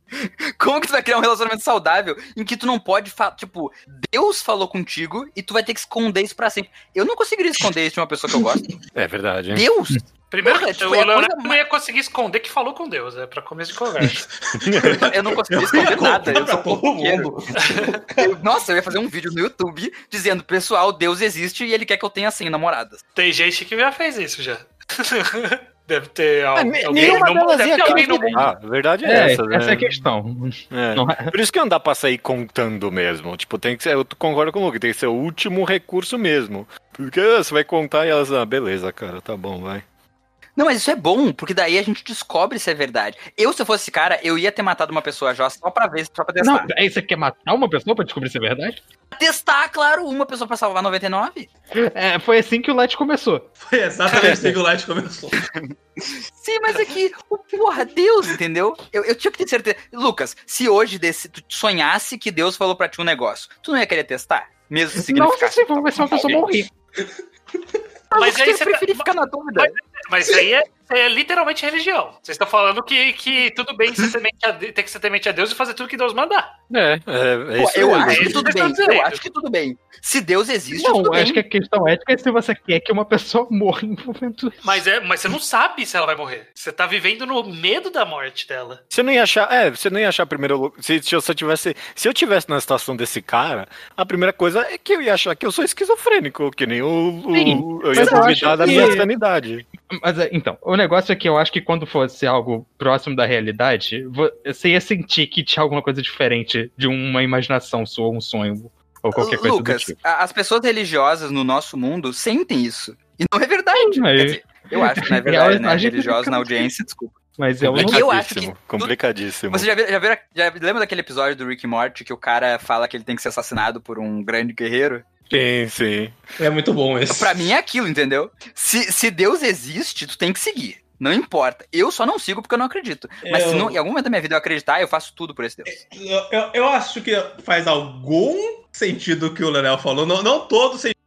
Como que tu vai criar um relacionamento saudável em que tu não pode tipo, Deus falou contigo e tu vai ter que esconder isso pra sempre? Eu não conseguiria esconder isso de uma pessoa que eu gosto. É verdade, hein? Deus! Primeiro, Porra, tipo, o é a Leonardo coisa não ia conseguir esconder que falou com Deus, pra começo de conversa. Eu não consegui esconder nada. Eu pra sou todo fofoqueiro. mundo. Nossa, eu ia fazer um vídeo no YouTube dizendo, pessoal, Deus existe e ele quer que eu tenha 100 namoradas. Tem gente que já fez isso já. Deve ter nenhuma delas deve ia ter alguém no acreditar. mundo. Ah, a verdade é essa, né? Essa é a questão. É. Não é- Por isso que não dá pra sair contando mesmo. Tipo, tem que ser, eu concordo com o Luke, tem que ser o último recurso mesmo. Porque você vai contar e elas, beleza, cara, tá bom, vai. Não, mas isso é bom, porque daí a gente descobre se é verdade. Se eu fosse esse cara, eu ia ter matado uma pessoa já só pra ver, só pra testar. Não, aí você quer matar uma pessoa pra descobrir se é verdade? Testar, claro, uma pessoa pra salvar 99. Foi assim que o Light começou. Foi exatamente assim que o Light começou. Sim, mas é que, porra, Deus, entendeu? Eu tinha que ter certeza. Lucas, se hoje tu sonhasse que Deus falou pra ti um negócio, tu não ia querer testar? Mesmo se significasse. Não, vai ser uma pessoa morrer. Mas aí eu você preferi ficar na dúvida. Mas aí é literalmente religião. Vocês estão falando que tudo bem ter que ser temente a Deus e fazer tudo que Deus mandar. É Pô, isso eu mesmo. acho que isso tudo que eu bem. tô dizendo. Eu acho que tudo bem. Se Deus existe, Não, tudo acho bem. que a questão ética é se você quer que uma pessoa morra em momento. Mas você não sabe se ela vai morrer. Você tá vivendo no medo da morte dela. Você não ia achar primeiro. Se eu tivesse na situação desse cara, a primeira coisa é que eu ia achar que eu sou esquizofrênico, que nem eu ia mas eu duvidar acho da que- minha sanidade. Mas então, o negócio é que eu acho que quando fosse algo próximo da realidade, você ia sentir que tinha alguma coisa diferente de uma imaginação sua, ou um sonho, ou qualquer coisa Lucas, do tipo. as pessoas religiosas no nosso mundo sentem isso. E não é verdade. Mas- Quer dizer, eu acho que não é verdade, a né? gente Religiosos fica- na audiência, desculpa. Mas eu não. Eu acho que- Complicadíssimo. Você já lembra daquele episódio do Rick e Morty que o cara fala que ele tem que ser assassinado por um grande guerreiro? Sim. É muito bom esse. Pra mim é aquilo, entendeu? Se Deus existe, tu tem que seguir. Não importa. Eu só não sigo porque eu não acredito. Mas se em algum momento da minha vida eu acreditar, eu faço tudo por esse Deus. Eu acho que faz algum sentido o que o Leonel falou. Não todo sentido.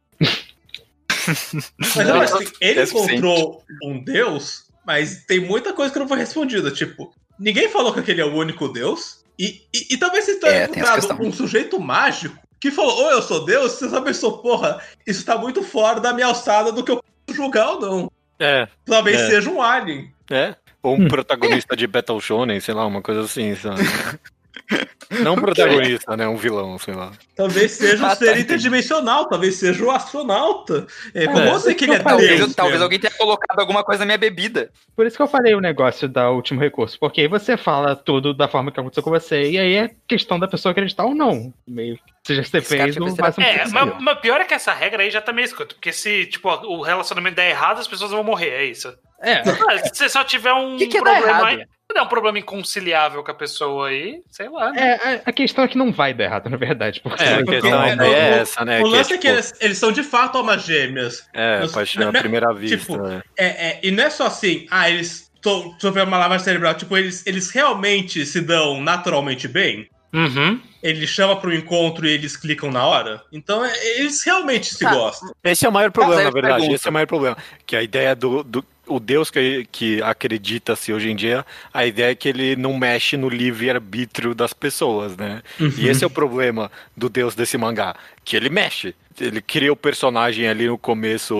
Mas eu acho que ele encontrou um Deus, mas tem muita coisa que não foi respondida. Tipo, ninguém falou que aquele é o único Deus. E talvez você tenha tem essa encontrado questão. um sujeito mágico que falou, eu sou Deus, você só pensou, porra, isso tá muito fora da minha alçada do que eu posso julgar ou não. Talvez seja um alien. Ou um protagonista de Battle Shonen, sei lá, uma coisa assim, sabe? Não um protagonista, né? Um vilão, sei lá. Talvez seja um ser interdimensional, talvez seja o astronauta. Como eu sei que ele é Deus. Talvez alguém tenha colocado alguma coisa na minha bebida. Por isso que eu falei o negócio da último recurso. Porque aí você fala tudo da forma que aconteceu com você, e aí é questão da pessoa acreditar ou não. Meio que seja ser fez no máximo possível. Mas pior é que essa regra aí já tá meio escura. Porque se, tipo, o relacionamento der errado, as pessoas vão morrer, é isso. Se você só tiver um Que problema dá errado? aí, se der um problema inconciliável com a pessoa aí, sei lá. A questão é que não vai dar errado, na verdade. Porque A questão é essa, né? O lance é que tipo, eles são de fato almas gêmeas. paixão à primeira vista. Tipo, e não é só assim, eles sofreram uma lavagem cerebral. Tipo, eles realmente se dão naturalmente bem. Uhum. Ele chama pro encontro e eles clicam na hora. Então, eles realmente se gostam. Esse é o maior problema, Mas aí na eu verdade. pergunto. Esse é o maior problema. Que a ideia o Deus que acredita-se hoje em dia, a ideia é que ele não mexe no livre-arbítrio das pessoas, né? E esse é o problema do Deus desse mangá, que ele mexe. Ele cria o personagem ali no começo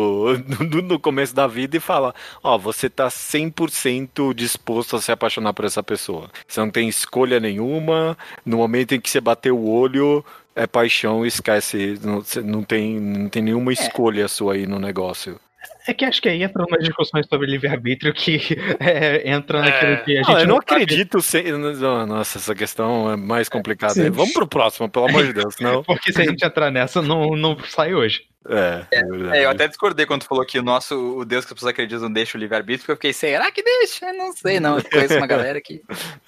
da vida e fala, você tá 100% disposto a se apaixonar por essa pessoa. Você não tem escolha nenhuma, no momento em que você bater o olho, é paixão, esquece, não tem nenhuma escolha sua aí no negócio. É que acho que aí entra umas discussões sobre livre-arbítrio que entra naquilo que a gente eu não sabe. acredito. Nossa, essa questão é mais complicada. Sim. Vamos pro próximo, pelo amor de Deus. Não. Porque se a gente entrar nessa, não sai hoje. É verdade. Eu até discordei quando tu falou que o Deus que as pessoas acreditam não deixa o livre-arbítrio, porque eu fiquei, será que deixa? Eu não sei, não. Eu conheço uma galera que...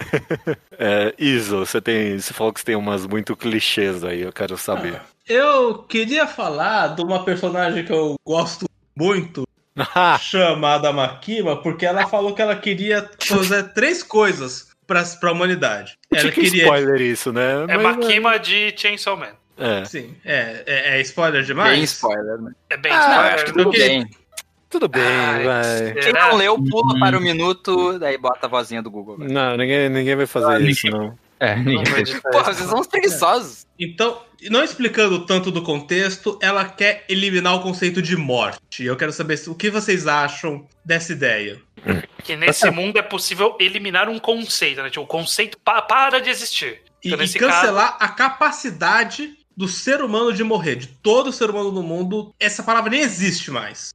Iso, você falou que você tem umas muito clichês aí, eu quero saber. Eu queria falar de uma personagem que eu gosto muito, chamada Makima, porque ela falou que ela queria fazer 3 coisas pra humanidade. Ela queria... spoiler isso, né? É Makima de Chainsaw Man. Sim, é spoiler demais? Bem spoiler, né? É bem Não, spoiler. acho que tudo bem. Tudo bem, vai. Quem será? não leu, pula para o minuto, daí bota a vozinha do Google. Não, ninguém vai fazer isso, não. Ninguém fez. Porra, vocês são uns preguiçosos. Então, não explicando tanto do contexto, ela quer eliminar o conceito de morte. Eu quero saber o que vocês acham dessa ideia. Que nesse mundo é possível eliminar um conceito, né? Tipo, o conceito para de existir. E Então, nesse cancelar a capacidade do ser humano de morrer, de todo ser humano no mundo. Essa palavra nem existe mais.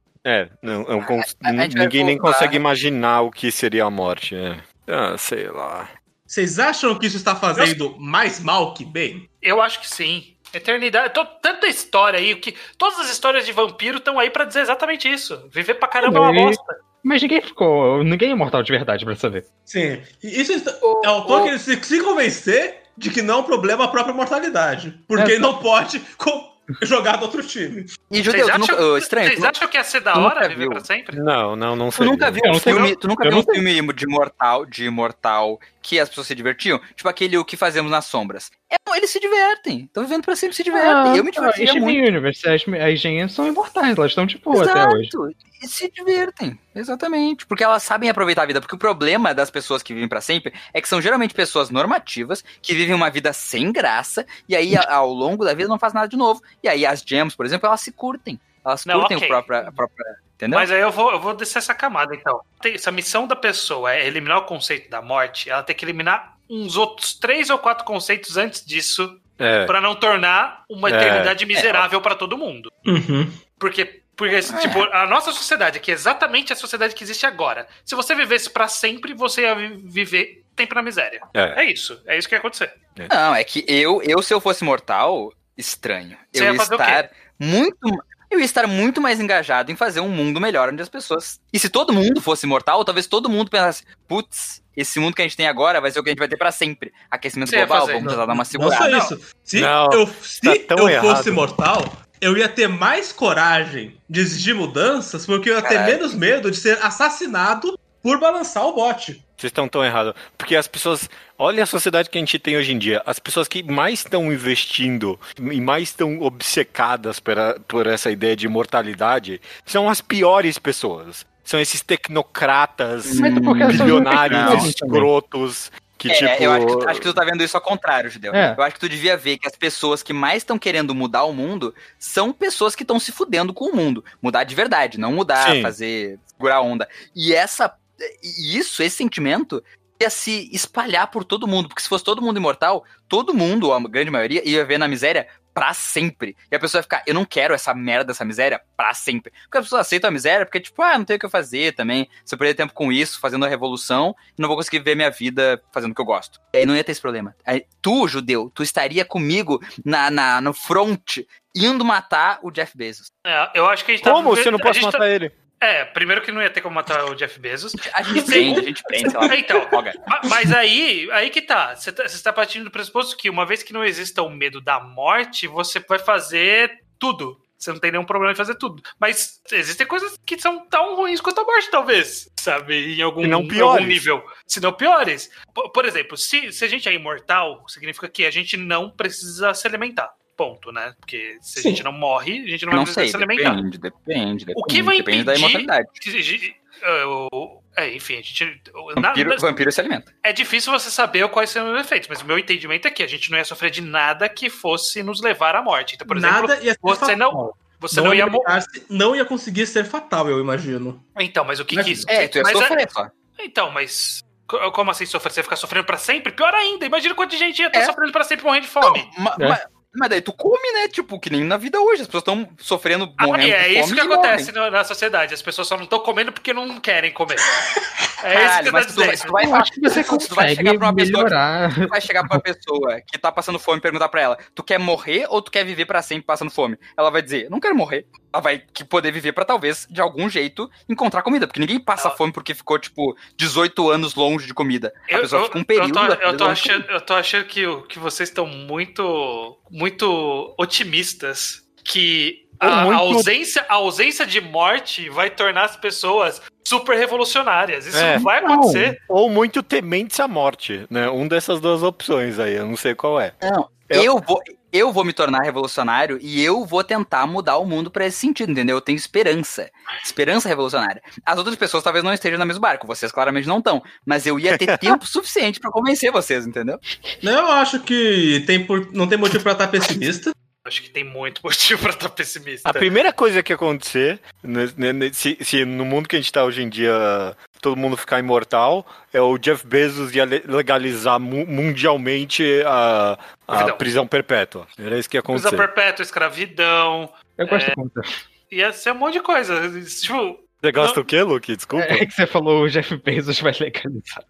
Ninguém nem consegue imaginar o que seria a morte. Sei lá. Vocês acham que isso está fazendo mais mal que bem? Eu acho que sim. Eternidade. Tanta história aí. Todas as histórias de vampiro estão aí pra dizer exatamente isso. Viver pra caramba é uma bosta. Mas ninguém é imortal de verdade pra saber. Sim. Isso é o autor que ele se convencer de que não é um problema a própria mortalidade. Porque ele não pode jogar do outro time. E Judeu, vocês acham que ia ser da hora viver pra sempre? Não sei. Tu nunca viu um filme de imortal que as pessoas se divertiam? Tipo aquele O Que Fazemos nas Sombras. Eles se divertem. Estão vivendo pra sempre, se divertem. Eu me divertiria muito. Universe, as engenhas são imortais, elas estão tipo até hoje. E se divertem, exatamente. Porque elas sabem aproveitar a vida. Porque o problema das pessoas que vivem pra sempre é que são geralmente pessoas normativas, que vivem uma vida sem graça, e aí ao longo da vida não faz nada de novo. E aí as gems, por exemplo, elas se curtem. Elas curtem a própria... Entendeu? Mas aí eu vou descer essa camada, então. Se a missão da pessoa é eliminar o conceito da morte, ela tem que eliminar uns outros 3 ou 4 conceitos antes disso, pra não tornar uma eternidade miserável pra todo mundo. Uhum. Porque tipo, a nossa sociedade, que é exatamente a sociedade que existe agora, se você vivesse pra sempre, você ia viver sempre na miséria. É isso que ia acontecer. Não, é que se eu fosse mortal, estranho. Você ia fazer o quê? Eu ia estar muito mais engajado em fazer um mundo melhor onde as pessoas... E se todo mundo fosse imortal, talvez todo mundo pensasse, putz, esse mundo que a gente tem agora vai ser o que a gente vai ter pra sempre. Aquecimento global, vamos precisar dar uma segurada. Não só isso. Se eu fosse imortal, eu ia ter mais coragem de exigir mudanças, porque eu ia ter menos medo de ser assassinado por balançar o bote. Vocês estão tão errados. Porque as pessoas... Olha a sociedade que a gente tem hoje em dia. As pessoas que mais estão investindo e mais estão obcecadas por essa ideia de imortalidade são as piores pessoas. São esses tecnocratas, bilionários, escrotos... Eu acho que tu tá vendo isso ao contrário, Judeu. Eu acho que tu devia ver que as pessoas que mais estão querendo mudar o mundo são pessoas que estão se fudendo com o mundo. Mudar de verdade, não mudar, segurar a onda. E esse sentimento ia se espalhar por todo mundo, porque se fosse todo mundo imortal, todo mundo, a grande maioria, ia viver na miséria pra sempre. E a pessoa ia ficar, eu não quero essa merda, essa miséria pra sempre. Porque as pessoas aceitam a miséria porque, tipo, não tenho o que eu fazer também. Se eu perder tempo com isso, fazendo a revolução, não vou conseguir ver minha vida fazendo o que eu gosto. E aí não ia ter esse problema. Aí, tu, Judeu, tu estaria comigo no front, indo matar o Jeff Bezos. Eu acho que a gente Como? Você não pode matar ele? Primeiro que não ia ter como matar o Jeff Bezos. A gente prende, sei lá. Então, mas aí que tá. Você tá partindo do pressuposto que uma vez que não exista o medo da morte, você vai fazer tudo. Você não tem nenhum problema em fazer tudo. Mas existem coisas que são tão ruins quanto a morte, talvez. Sabe? Em algum nível. Se não piores. Por exemplo, se a gente é imortal, significa que a gente não precisa se alimentar. Ponto, né? Porque se a gente não morre, a gente não vai precisar se alimentar. Depende. O que vai impedir da imortalidade. Enfim, a gente... Vampiro se alimenta. É difícil você saber quais são os efeitos, mas o meu entendimento é que a gente não ia sofrer de nada que fosse nos levar à morte. Então, por exemplo, não ia conseguir ser fatal, eu imagino. Então, mas o que isso... tu ia sofrer só. Então, mas... Como assim sofrer? Você ficar sofrendo pra sempre? Pior ainda, imagina quanta gente ia estar sofrendo pra sempre morrendo de fome. Mas daí tu come, né? Tipo, que nem na vida hoje. As pessoas estão sofrendo, morrendo de fome. É isso que acontece na sociedade. As pessoas só não estão comendo porque não querem comer. Isso que eu tô dizendo. Tu vai chegar pra uma pessoa que tá passando fome e perguntar pra ela, tu quer morrer ou tu quer viver pra sempre passando fome? Ela vai dizer, não quero morrer. Ela vai poder viver pra talvez, de algum jeito, encontrar comida. Porque ninguém passa fome porque ficou, tipo, 18 anos longe de comida. A pessoa fica um período... Eu tô achando que vocês estão muito otimistas que a ausência de morte vai tornar as pessoas super revolucionárias. Isso não vai acontecer. Ou muito tementes à morte, né? Dessas duas opções aí, eu não sei qual é. Não, eu vou me tornar revolucionário e eu vou tentar mudar o mundo pra esse sentido, entendeu? Eu tenho esperança revolucionária. As outras pessoas talvez não estejam no mesmo barco, vocês claramente não estão, mas eu ia ter tempo suficiente pra convencer vocês, entendeu? Eu acho que não tem motivo pra estar pessimista. Acho que tem muito motivo pra estar pessimista. A primeira coisa que acontecer, se no mundo que a gente tá hoje em dia, todo mundo ficar imortal, é o Jeff Bezos ia legalizar mundialmente a prisão perpétua. Era isso que ia acontecer. Prisão perpétua, escravidão. Eu gosto de conta. Ia ser um monte de coisa. Tipo, Você gosta do quê, Luke? Desculpa. É que você falou o Jeff Bezos vai legalizar.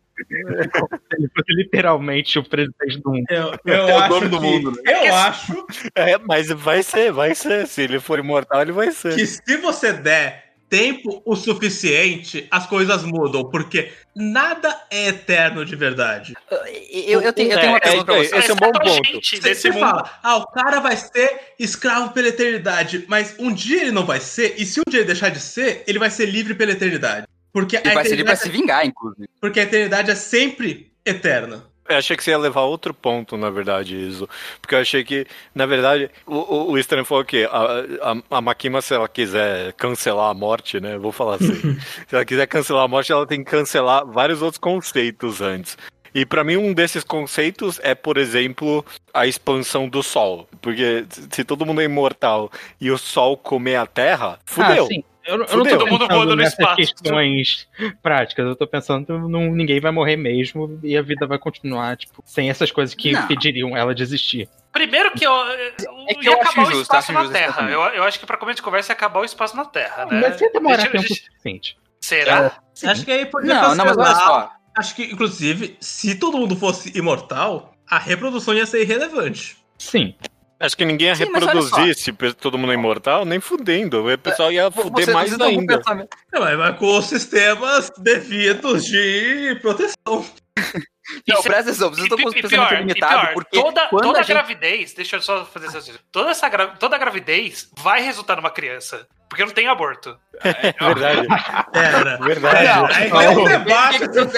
Ele foi literalmente o presidente do mundo. Eu acho dono do mundo, né? Eu acho Mas vai ser. Se ele for imortal, ele vai ser. que se você der tempo o suficiente, as coisas mudam, porque nada é eterno de verdade. Eu tenho uma pergunta pra vocês. Esse é um bom ponto. Você fala, o cara vai ser escravo pela eternidade, mas um dia ele não vai ser, e se um dia ele deixar de ser, ele vai ser livre pela eternidade. Porque Ele vai servir pra se vingar, inclusive. Porque a eternidade é sempre eterna. Eu achei que você ia levar outro ponto, na verdade, Iso. Porque eu achei que, na verdade, o Stan falou que a Makima, se ela quiser cancelar a morte, né? Vou falar assim. Se ela quiser cancelar a morte, ela tem que cancelar vários outros conceitos antes. E pra mim, um desses conceitos é, por exemplo, a expansão do Sol. Porque se todo mundo é imortal e o Sol comer a Terra, fudeu. Sim. Eu não tô Todo mundo voando pensando no nessas espaço. questões práticas. Eu tô pensando que ninguém vai morrer mesmo e a vida vai continuar, tipo, sem essas coisas que impediriam ela de existir. Primeiro que eu ia acho acabar o injusto, espaço acho na injusto Terra. Eu acho que pra começo de conversa ia acabar o espaço na Terra, né? Mas você demorar tempo suficiente. Será? Acho que aí pode Não, mas olha só. Acho que, inclusive, se todo mundo fosse imortal, a reprodução ia ser irrelevante. Sim. Acho que ninguém ia Sim, mas olha reproduzir se todo mundo é imortal, nem fudendo. O pessoal ia fuder mais estão com ainda. pensamento- Mas com os sistemas devidos de proteção. Não, presta atenção, vocês estão com o pensamento limitado, porque toda gravidez, deixa eu só fazer essa toda gravidez vai resultar numa criança. Porque não tem aborto. É verdade. Verdade. Aí tem um debate.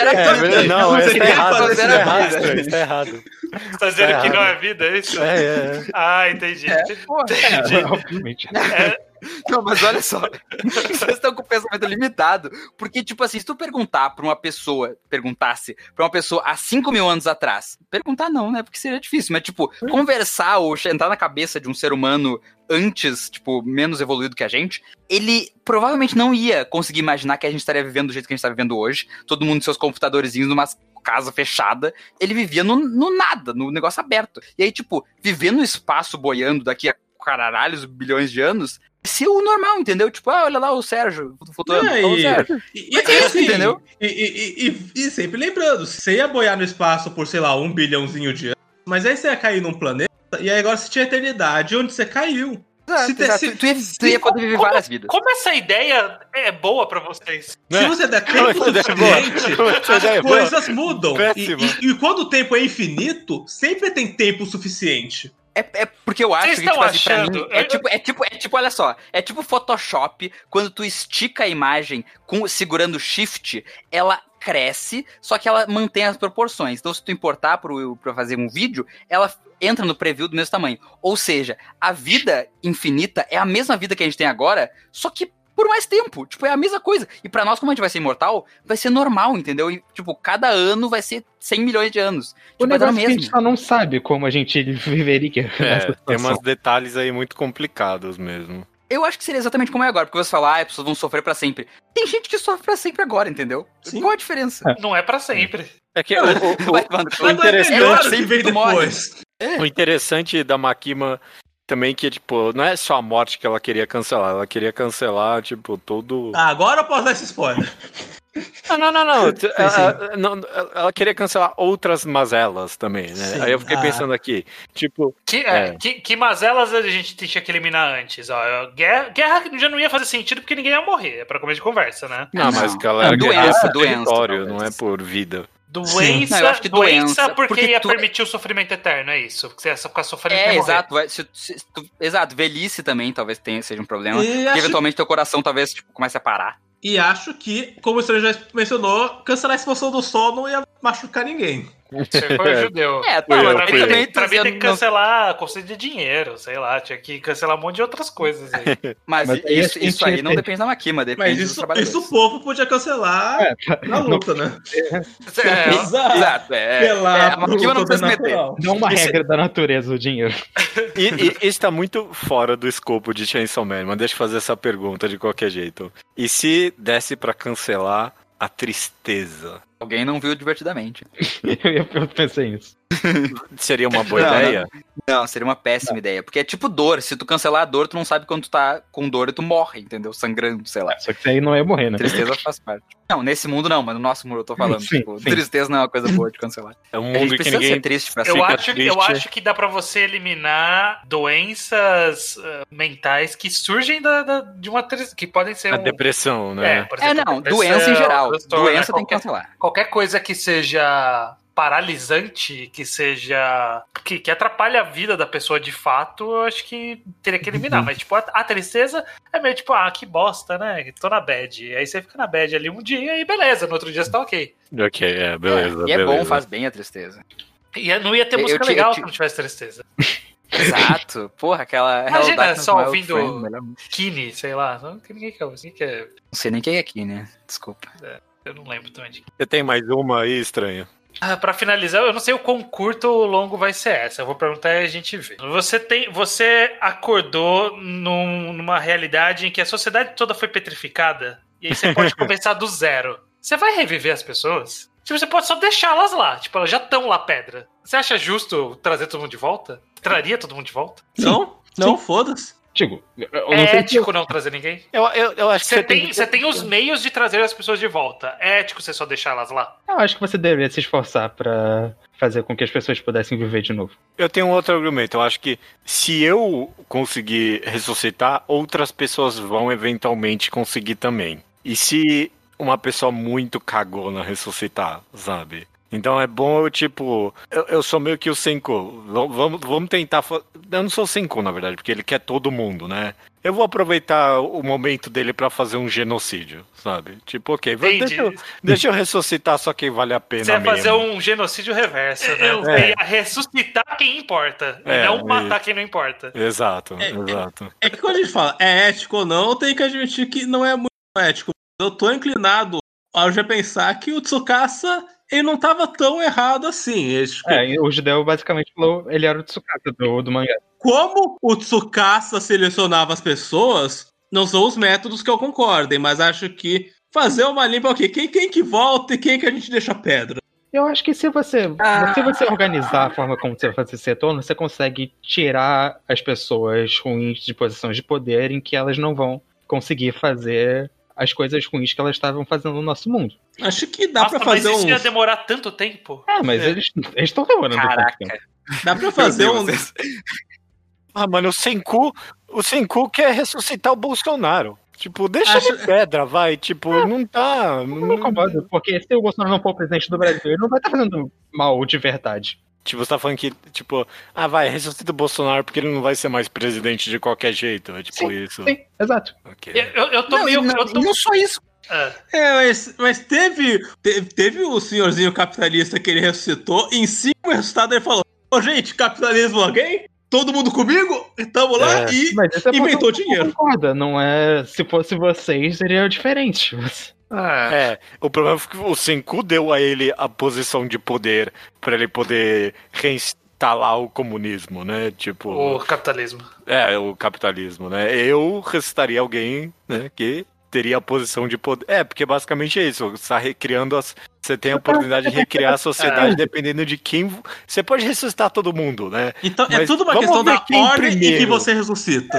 Não, isso tá errado. Considera Isso tá errado. Você tá dizendo que não é vida, é isso? É. Ah, entendi. Obviamente. Não, mas olha só. Vocês estão com o pensamento limitado. Porque, tipo assim, se tu perguntasse pra uma pessoa há 5.000 anos atrás. Perguntar não, né? Porque seria difícil. Mas, tipo, conversar ou entrar na cabeça de um ser humano antes, tipo, menos evoluído que a gente, ele provavelmente não ia conseguir imaginar que a gente estaria vivendo do jeito que a gente tá vivendo hoje. Todo mundo com seus computadorzinhos numa casa fechada. Ele vivia no nada, no negócio aberto. E aí, tipo, viver no espaço boiando daqui a caralhos, bilhões de anos, ser o normal, entendeu? Tipo, olha lá o Sérgio, flutuando. Entendeu? E sempre lembrando, você ia boiar no espaço por, sei lá, 1 bilhãozinho de anos, mas aí você ia cair num planeta, e aí agora você tinha eternidade onde você caiu. Exato. Tu ia poder viver várias vidas. Como essa ideia é boa pra vocês? Se você der tempo suficiente, as coisas mudam. E quando o tempo é infinito, sempre tem tempo suficiente. É porque eu acho Vocês que, tipo, estão assim, pra achando? mim, é tipo, olha só, é tipo Photoshop, quando tu estica a imagem segurando Shift, ela cresce, só que ela mantém as proporções. Então, se tu importar pra fazer um vídeo, ela entra no preview do mesmo tamanho. Ou seja, a vida infinita é a mesma vida que a gente tem agora, só que por mais tempo. Tipo, é a mesma coisa. E pra nós, como a gente vai ser imortal, vai ser normal, entendeu? E, tipo, cada ano vai ser 100 milhões de anos. O Tipo, negócio é que a gente só não sabe como a gente viveria nessa Tem situação. uns detalhes aí muito complicados mesmo. Eu acho que seria exatamente como é agora, porque você fala, as pessoas vão sofrer pra sempre. Tem gente que sofre pra sempre agora, entendeu? Sim. Qual a diferença? Não é pra sempre. É que Mas é interessante- melhor que sempre vem tu morre. depois. o interessante da Makima também que, tipo, não é só a morte que ela queria cancelar, tipo, todo... Agora eu posso dar esse spoiler. Não. Ela queria cancelar outras mazelas também, né? Sim. Aí eu fiquei pensando aqui, tipo... Que mazelas a gente tinha que eliminar antes? Ó, guerra já não ia fazer sentido porque ninguém ia morrer. É pra começo de conversa, né? Não, mas galera Doença, por território, talvez. não é por vida. Doença, Não, eu acho que doença, porque porque ia tu- permitir o sofrimento eterno, é isso? Porque você ia ficar sofrendo e É, ia morrer. exato. Exato, velhice também talvez seja um problema. E Porque acho- eventualmente teu coração talvez tipo, comece a parar. E acho que, como o senhor já mencionou, cancelar a expansão do Sol não ia machucar ninguém. Você foi judeu. Pra mim tem que cancelar conceito de dinheiro, sei lá, tinha que cancelar um monte de outras coisas aí. Mas isso aí não depende da Makima, depende dos trabalhadores. Isso o povo podia cancelar na luta, né? Exato. A Makima não precisa se meter. Não uma regra da natureza, o dinheiro. E isso tá muito fora do escopo de Chainsaw Man, mas deixa eu fazer essa pergunta de qualquer jeito. E se desse pra cancelar a tristeza? Alguém não viu Divertidamente. Eu pensei nisso. Seria uma boa ideia? Não, seria uma péssima ideia. Porque é tipo dor. Se tu cancelar a dor, tu não sabe quando tu tá com dor e tu morre, entendeu? Sangrando, sei lá. Só que isso aí não ia morrer, né? Tristeza faz parte. Não, nesse mundo não, mas no nosso mundo eu tô falando. Sim, tipo, sim. Tristeza não é uma coisa boa de cancelar. É um mundo que ninguém... ser triste pra Eu acho que dá pra você eliminar doenças mentais que surgem de uma tristeza, que podem ser A depressão, né? por exemplo, doença em geral. Doença tem que qualquer, cancelar. qualquer coisa que seja paralisante, que seja... Que atrapalha a vida da pessoa de fato, eu acho que teria que eliminar. Mas, tipo, a tristeza é meio tipo, que bosta, né? Tô na bad. Aí você fica na bad ali um dia e beleza, no outro dia você tá ok. Ok, beleza. E é bom, faz bem a tristeza. E não ia ter música legal se não tivesse tristeza. Exato. Porra, aquela... Imagina só ouvindo Kine, sei lá. Ninguém quer ouvir. Não sei nem quem é aqui, né? Desculpa. Eu não lembro também de... Você tem mais uma aí, estranho? Pra finalizar, eu não sei o quão curto ou longo vai ser essa. Eu vou perguntar e a gente vê. Você acordou numa realidade em que a sociedade toda foi petrificada e aí você pode começar do zero. Você vai reviver as pessoas? Tipo, você pode só deixá-las lá. Tipo, elas já estão lá pedra. Você acha justo trazer todo mundo de volta? Traria todo mundo de volta? Não, foda-se. Digo, é ético não trazer ninguém? Eu acho que você tem os meios de trazer as pessoas de volta. É ético você só deixá-las lá? Eu acho que você deveria se esforçar pra fazer com que as pessoas pudessem viver de novo. Eu tenho um outro argumento. Eu acho que se eu conseguir ressuscitar, outras pessoas vão eventualmente conseguir também. E se uma pessoa muito cagona ressuscitar, sabe? Então é bom, eu sou meio que o Senku. Vamos tentar... Eu não sou o Senku, na verdade, porque ele quer todo mundo, né? Eu vou aproveitar o momento dele pra fazer um genocídio, sabe? Tipo, ok, deixa eu ressuscitar só quem vale a pena. Você vai fazer um genocídio reverso, né? Ressuscitar quem importa, e não matar quem não importa. Exato. É que quando a gente fala é ético ou não, tem que admitir que não é muito ético. Eu tô inclinado a já pensar que o Tsukasa... ele não tava tão errado assim. O judeu basicamente falou, ele era o Tsukasa do mangá. Como o Tsukasa selecionava as pessoas, não são os métodos que eu concordem, mas acho que fazer uma limpa, ok, quem que volta e quem que a gente deixa pedra? Eu acho que se você organizar a forma como você vai fazer esse retorno, você consegue tirar as pessoas ruins de posições de poder em que elas não vão conseguir fazer as coisas ruins que elas estavam fazendo no nosso mundo. Acho que dá pra fazer mas isso ia demorar tanto tempo? Mas eles estão demorando Caraca. tanto tempo. Dá pra fazer mano, o Senku quer ressuscitar o Bolsonaro. Tipo, deixa de pedra, vai. Tipo, não tá... Não me incomoda, porque se o Bolsonaro não for o presidente do Brasil, ele não vai estar fazendo mal de verdade. Tipo, você tá falando que, ressuscita o Bolsonaro porque ele não vai ser mais presidente de qualquer jeito. É tipo isso. Sim, exato. Okay. Eu tô meio... Não só isso. Mas teve o senhorzinho capitalista que ele ressuscitou, e em cima do resultado ele falou: gente, capitalismo alguém? Todo mundo comigo? Tamo lá e inventou dinheiro. Concorda, não é... Se fosse vocês, seria diferente. O problema foi que o Senku deu a ele a posição de poder pra ele poder reinstalar o comunismo, né? Tipo... O capitalismo. O capitalismo, né? Eu ressuscitaria alguém, né, que teria a posição de poder. Porque basicamente é isso. Você tá recriando Você tem a oportunidade de recriar a sociedade dependendo de quem... Você pode ressuscitar todo mundo, né? Então é tudo uma questão da ordem em que você ressuscita.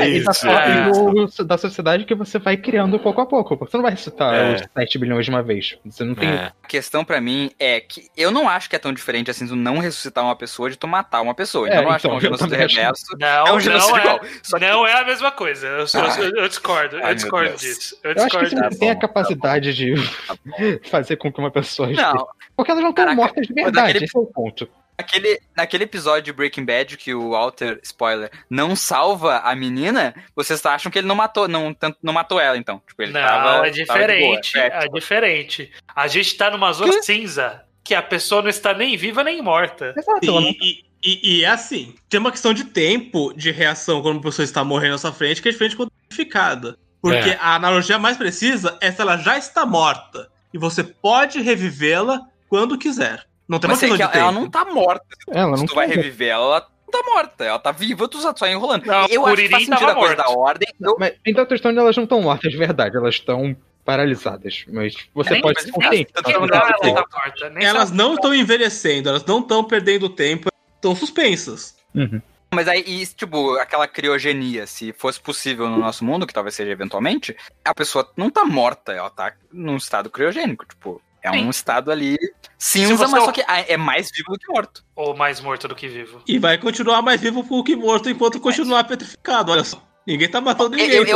Da sociedade que você vai criando pouco a pouco. Você não vai ressuscitar os 7 bilhões de uma vez. Você não tem... A questão pra mim é que eu não acho que é tão diferente assim tu não ressuscitar uma pessoa de tu matar uma pessoa. Então eu não acho que é um genocídio reverso. Não, um genocídio igual. Não é a mesma coisa. Eu discordo. Eu discordo disso. Eu acho que você tem a capacidade de fazer com que uma pessoa... Não. Porque elas não estão mortas de verdade, esse é o ponto. Naquele episódio de Breaking Bad que o Walter, spoiler, não salva a menina, vocês acham que ele não matou, não matou ela, então? Tipo, ele é diferente, é diferente. A gente tá numa zona cinza. que a pessoa não está nem viva nem morta. Exato, ela não... E é assim, tem uma questão de tempo de reação quando a pessoa está morrendo na sua frente, que é diferente quando é modificada. Porque a analogia mais precisa é se ela já está morta. E você pode revivê-la quando quiser. Não tem uma questão de tempo. Ela não tá morta. Ela Se não tu vai tá- reviver ela não tá morta. Ela tá viva, tu só enrolando. Não, Eu acho que faz Kuririn sentido tava a coisa morta. da ordem. Mas em Doctor Stone elas não estão mortas de verdade, elas estão paralisadas. Mas você Nem pode mas ser enfim, consciente. tá Quem todo dá, mundo ela tem. tá morta. Nem Elas sabe. não estão envelhecendo, elas não estão perdendo tempo, estão suspensas. Uhum. Mas aí, tipo, aquela criogenia, se fosse possível no nosso mundo, que talvez seja eventualmente, a pessoa não tá morta, ela tá num estado criogênico, tipo, é Sim. um estado ali Se cinza, você- mas só que é mais vivo do que morto. Ou mais morto do que vivo. E vai continuar mais vivo que morto enquanto continuar petrificado, olha só. Ninguém tá matando ninguém. Eu então.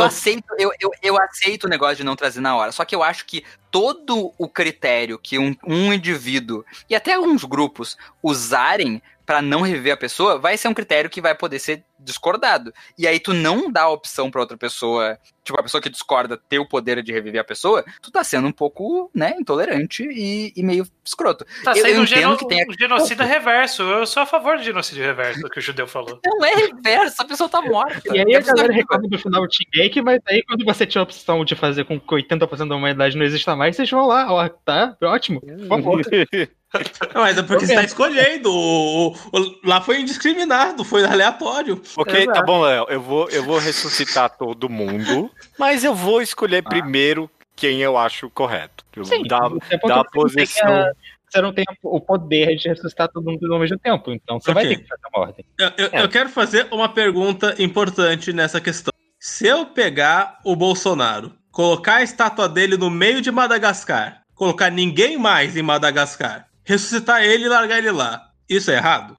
aceito o negócio de não trazer na hora, só que eu acho que todo o critério que um indivíduo e até alguns grupos usarem pra não reviver a pessoa vai ser um critério que vai poder ser discordado. E aí tu não dá a opção pra outra pessoa, tipo, a pessoa que discorda ter o poder de reviver a pessoa, tu tá sendo um pouco, né, intolerante e meio escroto. Tá Eu sendo entendo que tem um genocida reverso. Eu sou a favor do genocídio reverso, que o judeu falou. Não é reverso, a pessoa tá morta. E aí É a galera possível. reclama do final de Shingeki, mas aí quando você tinha a opção de fazer com que 80% da humanidade não exista mais, vocês vão lá, ó, tá? Ótimo, por favor. Não, mas é porque você tá escolhendo. Lá foi indiscriminado, foi aleatório. Ok, Exato. tá bom, Léo. Eu vou ressuscitar todo mundo, mas eu vou escolher primeiro quem eu acho correto. Sim, Da é porque da você posição. você não tem o poder de ressuscitar todo mundo ao mesmo tempo, então você vai Ok. ter que fazer uma ordem. Eu quero fazer uma pergunta importante nessa questão. Se eu pegar o Bolsonaro, colocar a estátua dele no meio de Madagascar, colocar ninguém mais em Madagascar, ressuscitar ele e largar ele lá, isso é errado?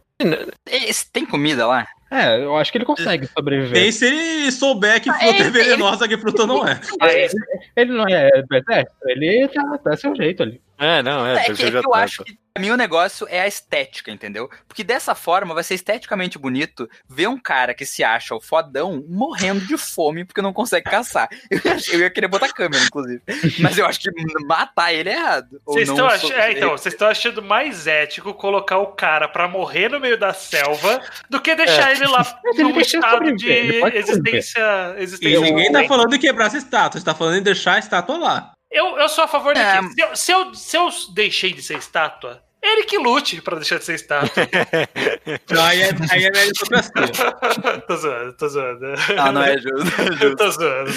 Tem comida lá? É, eu acho que ele consegue sobreviver. Tem se ele souber que fruta é venenosa, que fruta não é. Ele não é do exército, ele tá seu jeito ali. Não, É que já eu tá, acho que pra mim o negócio é a estética, entendeu? Porque dessa forma vai ser esteticamente bonito ver um cara que se acha o fodão morrendo de fome porque não consegue caçar. Eu ia querer botar câmera, inclusive. Mas eu acho que matar ele é errado. Ou Vocês não vocês estão achando mais ético colocar o cara pra morrer no meio da selva do que deixar ele lá Mas ele num tem chance de estado de sobreviver, ele pode existência. E ninguém tá falando em quebrar essa estátua, você tá falando em deixar a estátua lá. Eu sou a favor de É. que se eu deixei de ser estátua, ele que lute pra deixar de ser estátua. Não, aí é meritocracia. Tô zoando. Não é justo. Eu tô zoando.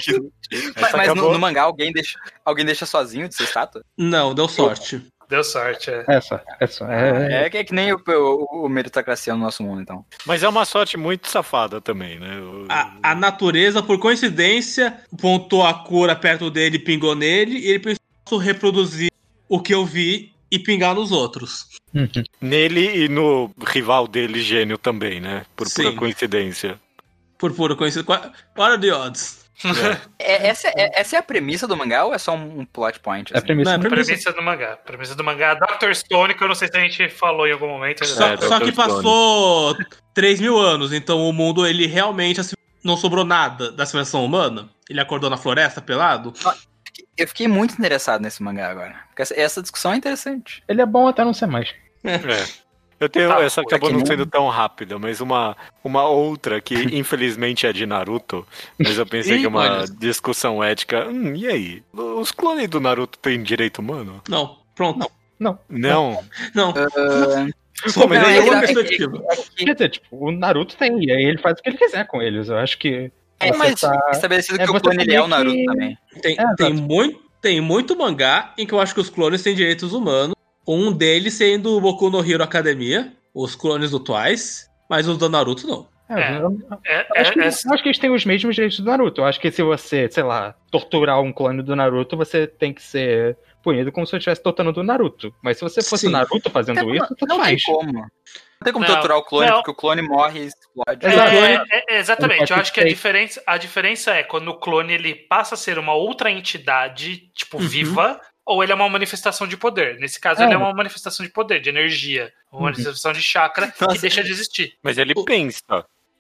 Mas acabou. no mangá alguém deixa sozinho de ser estátua? Não, deu sorte. Deu sorte, é. É só. É que nem o meritocracia no nosso mundo, então. Mas é uma sorte muito safada também, né? A natureza, por coincidência, pontou a cura perto dele e pingou nele, e ele pensou "Posso reproduzir o que eu vi e pingar nos outros. Nele e no rival dele, gênio, também, né? Por pura Sim. coincidência. Por pura coincidência. What are the odds? Essa é a premissa do mangá ou é só um plot point? É a Assim? premissa. Não, é Premissa do mangá. Premissa do mangá. Dr. Stone, que eu não sei se a gente falou em algum momento. Só Dr. que passou 3.000 anos, então o mundo, ele realmente assim, não sobrou nada da civilização humana. Ele acordou na floresta pelado. Eu fiquei muito interessado nesse mangá agora. Porque essa discussão é interessante. Ele é bom até não ser mais. Eu tenho. Tá, essa acabou que não não- sendo tão rápida, mas uma outra que infelizmente é de Naruto, mas eu pensei que é uma olha. discussão ética. E aí? Os clones do Naruto têm direito humano? Não, pronto. Não. Não. Pô, mas Não, aí é que uma dá- perspectiva. Quer dizer, tipo, o Naruto tem, e aí ele faz o que ele quiser com eles. Eu acho que. É, você mas tá- estabelecido é que o você clone ele é o saber Naruto que- também. Tem muito mangá em que eu acho que os clones têm direitos humanos. Um deles sendo o Boku no Hero Academia, os clones do Twice, mas os do Naruto não. Eu acho que eles têm os mesmos direitos do Naruto. Eu acho que se você, sei lá, torturar um clone do Naruto, você tem que ser punido como se eu estivesse torturando o Naruto. Mas se você fosse Sim. o Naruto fazendo isso, tudo Não tem mais. como. Não tem como Não, torturar o clone, não. porque o clone morre e explode. Exato. Exatamente, eu Ele acho que pode a diferença é quando o clone ele passa a ser uma outra entidade, tipo, viva, ou ele é uma manifestação de poder. Nesse caso, ele é uma manifestação de poder, de energia, uma manifestação de chakra que Nossa. deixa de existir. Mas ele pensa.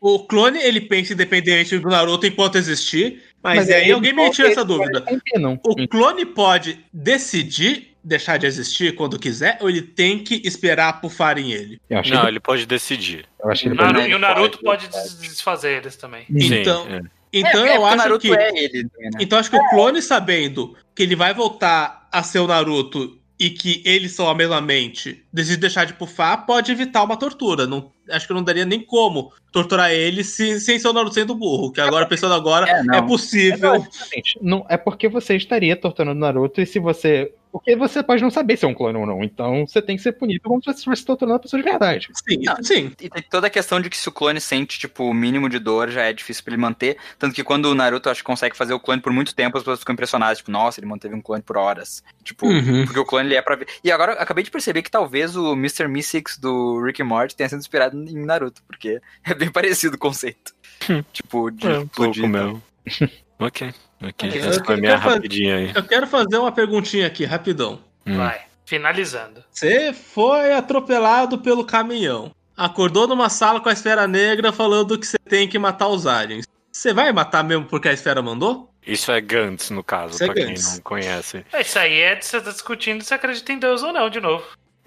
O clone, ele pensa independente do Naruto enquanto existir, mas aí alguém me tira essa dúvida. O clone pode decidir deixar de existir quando quiser, ou ele tem que esperar pufarem ele? Não, ele pode decidir. Eu acho que E o Naruto pode desfazer eles também. Então eu acho que... ele, né? Então acho que o clone, sabendo que ele vai voltar a ser o Naruto e que eles são a mesma mente, decide deixar de pufar, pode evitar uma tortura. Não, acho que não daria nem como torturar ele sem ser o Naruto sendo burro. Que agora, pensando agora, é possível. Não, é porque você estaria torturando o Naruto e se você... Porque você pode não saber se é um clone ou não. Então você tem que ser punido como se você estivesse torturando a pessoa de verdade. Sim. E tem toda a questão de que se o clone sente, tipo, o mínimo de dor, já é difícil pra ele manter. Tanto que quando o Naruto, acho que consegue fazer o clone por muito tempo, as pessoas ficam impressionadas. Tipo, nossa, ele manteve um clone por horas. Tipo, porque o clone ele é pra ver. E agora eu acabei de perceber que talvez o Mr. Mystics do Rick and Morty tenha sido inspirado em Naruto. Porque é bem parecido o conceito. Tipo, de explodir. Mesmo. Ok. Essa foi a minha rapidinha aí. Eu quero fazer uma perguntinha aqui, rapidão. Vai, finalizando. Você foi atropelado pelo caminhão. Acordou numa sala com a Esfera Negra falando que você tem que matar os aliens. Você vai matar mesmo porque a Esfera mandou? Isso é Gantz, no caso, pra quem não conhece. Isso aí você tá discutindo se acredita em Deus ou não, de novo.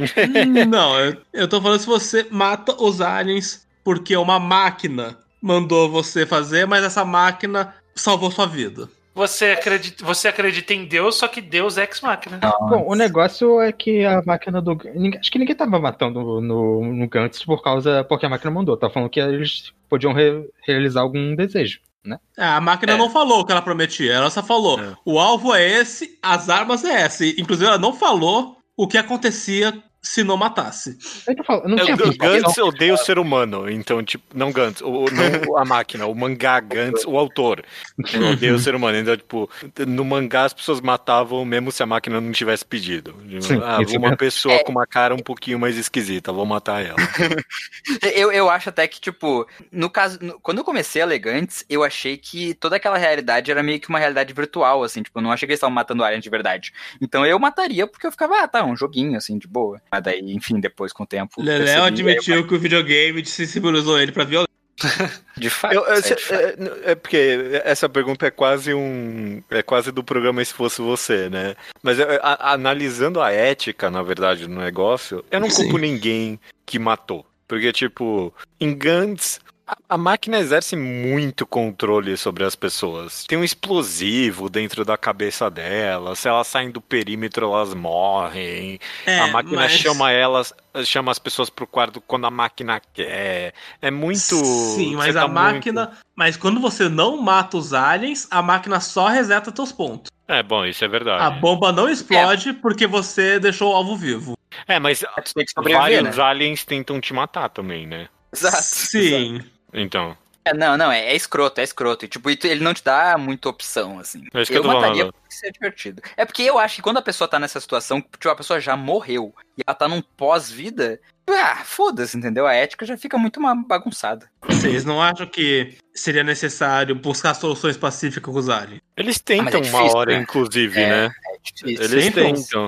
Não, eu tô falando se você mata os aliens porque uma máquina mandou você fazer, mas essa máquina salvou sua vida. Você acredita em Deus, só que Deus é ex-máquina. Bom, o negócio é que a máquina do... Acho que ninguém tava matando no Gantz porque a máquina mandou. Tá falando que eles podiam realizar algum desejo, né? A máquina não falou o que ela prometia. Ela só falou, o alvo é esse, as armas é essa. Inclusive, ela não falou o que acontecia se não matasse. Gantz odeia o ser humano, então, tipo, não Gantz, não a máquina, o mangá Gantz, o autor odeia o ser humano, então, tipo, no mangá as pessoas matavam mesmo se a máquina não tivesse pedido. Uma pessoa com uma cara um pouquinho mais esquisita, vou matar ela. eu acho até que, tipo, no caso, quando eu comecei a ler Gantz, eu achei que toda aquela realidade era meio que uma realidade virtual, assim, tipo, eu não achei que eles estavam matando aliens de verdade. Então eu mataria porque eu ficava, um joguinho, assim, de boa. Mas daí, enfim, depois com o tempo... Leléo admitiu que o videogame sensibilizou ele pra violência. De fato. É porque essa pergunta é quase do programa E Se Fosse Você, né? Mas analisando a ética, na verdade, do negócio, eu não culpo ninguém que matou. Porque, tipo, em Gantz... A máquina exerce muito controle sobre as pessoas. Tem um explosivo dentro da cabeça delas. Se elas saem do perímetro, elas morrem. A máquina chama as pessoas pro quarto quando a máquina quer. É muito... Sim, mas a máquina... Muito... Mas quando você não mata os aliens, a máquina só reseta teus pontos. Bom, isso é verdade. A bomba não explode porque você deixou o alvo vivo. Mas vários aliens tentam te matar também, né? Exato. Sim. Então. É escroto. E, tipo, ele não te dá muita opção, assim. É isso que eu mataria porque isso é divertido. É porque eu acho que quando a pessoa tá nessa situação, tipo, a pessoa já morreu e ela tá num pós-vida, foda-se, entendeu? A ética já fica muito bagunçada. Vocês não acham que seria necessário buscar soluções pacíficas com os aliens? Eles tentam uma hora, inclusive, né? É difícil. Eles tentam.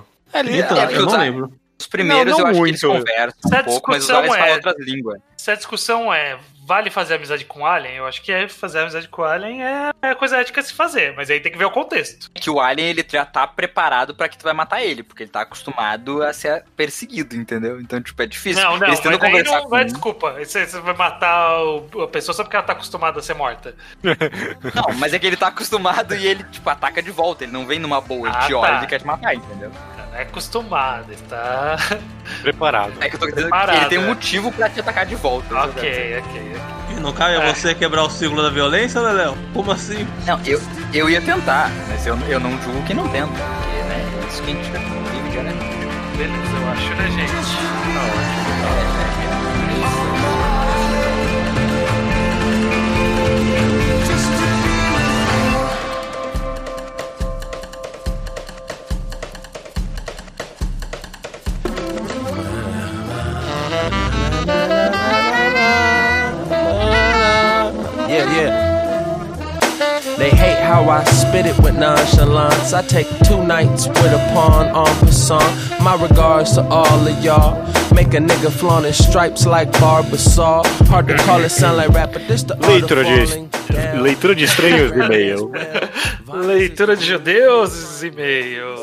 Eu não lembro. Os primeiros eu acho que eles conversam um pouco, mas os aliens falam outras línguas. Se a discussão vale fazer amizade com alien? Eu acho que fazer amizade com alien é coisa ética a se fazer, mas aí tem que ver o contexto. Que o alien, ele já tá preparado pra que tu vai matar ele, porque ele tá acostumado a ser perseguido, entendeu? Então, tipo, é difícil. Não, mas aí não vai, desculpa. Você vai matar a pessoa só porque ela tá acostumada a ser morta. Não, mas é que ele tá acostumado e ele, tipo, ataca de volta. Ele não vem numa boa, ele te olha e quer te matar, entendeu? É acostumado, ele tá... preparado. É que eu tô dizendo que ele tem um motivo pra te atacar de volta. Ok. E não cabe a você quebrar o ciclo da violência, Leléo? Como assim? Não, eu ia tentar, mas eu não julgo quem não tenta. Porque, né, é isso que a gente vive diariamente. Beleza, eu acho, né, gente? Tá ótimo. They hate how how I spit it with nonchalance. I take 2 nights with a pawn en passant. My regards to all of y'all. Make a nigga flaunt his stripes like Barbasol. Hard to call it sound like rap, but this the art of falling down. Leitura de estranhos de e-mail. Leitura de judeus e e-mails.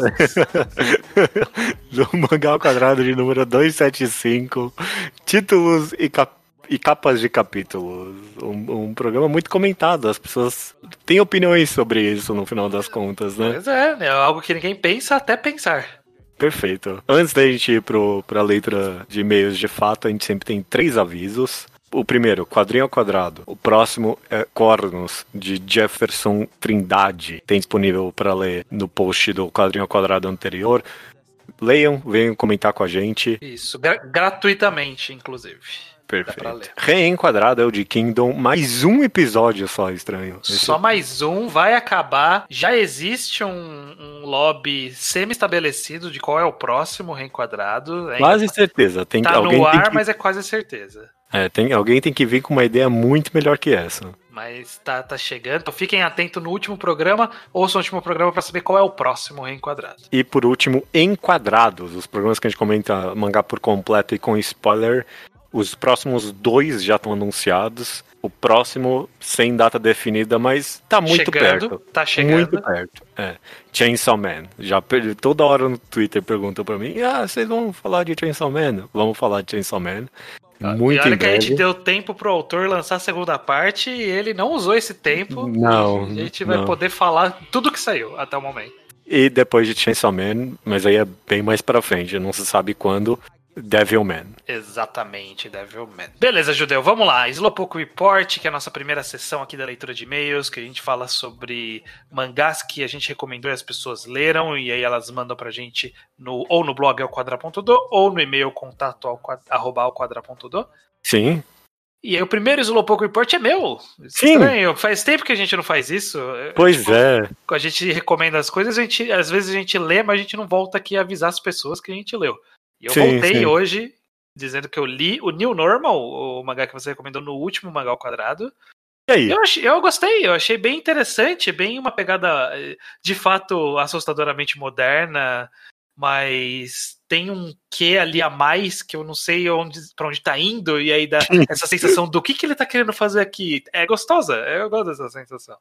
Do Mangá ao Quadrado de número 275. Títulos e capas de capítulos. Um programa muito comentado. As pessoas têm opiniões sobre isso no final das contas, né? Pois é algo que ninguém pensa até pensar. Perfeito. Antes da gente ir pra leitura de e-mails de fato, a gente sempre tem 3 avisos. O primeiro, Quadrinho ao Quadrado. O próximo é Cornos, de Jefferson Trindade. Tem disponível para ler no post do Quadrinho ao Quadrado anterior. Leiam, venham comentar com a gente. Isso, gratuitamente, inclusive. Perfeito. Reenquadrado é o de Kingdom. Mais um episódio só, estranho. Só mais um, vai acabar. Já existe um lobby semi-estabelecido de qual é o próximo Reenquadrado. Quase certeza. Tá alguém no ar, tem que... mas é quase certeza. Alguém tem que vir com uma ideia muito melhor que essa. Mas tá chegando. Então fiquem atentos no último programa. Ouçam o último programa para saber qual é o próximo Reenquadrado. E por último, Enquadrados. Os programas que a gente comenta mangá por completo e com spoiler. Os próximos 2 já estão anunciados. O próximo sem data definida, mas tá muito perto. Tá chegando. Muito perto. Chainsaw Man. Toda hora no Twitter perguntam pra mim: vocês vão falar de Chainsaw Man? Vamos falar de Chainsaw Man. Muito e olha em que breve. a gente deu tempo pro autor lançar a segunda parte e ele não usou esse tempo. Não. A gente vai poder falar tudo que saiu até o momento. E depois de Chainsaw Man, mas aí é bem mais pra frente, não se sabe quando. Devilman. Exatamente, Devilman. Beleza, Judeu, vamos lá. Slowpoke Report, que é a nossa primeira sessão aqui da leitura de e-mails, que a gente fala sobre mangás que a gente recomendou e as pessoas leram, e aí elas mandam pra gente ou no blog alquadra.do ou no e-mail contato@alquadra.do. Sim. E aí o primeiro Slowpoke Report é meu. Sim. Estranho, faz tempo que a gente não faz isso. Pois é. A gente recomenda as coisas, às vezes a gente lê, mas a gente não volta aqui a avisar as pessoas que a gente leu. E eu voltei hoje dizendo que eu li o New Normal, o mangá que você recomendou no último Mangá ao Quadrado. E aí? Eu gostei, eu achei bem interessante, bem uma pegada de fato assustadoramente moderna, mas tem um quê ali a mais que eu não sei pra onde tá indo, e aí dá essa sensação do que ele tá querendo fazer aqui. É gostosa, eu gosto dessa sensação.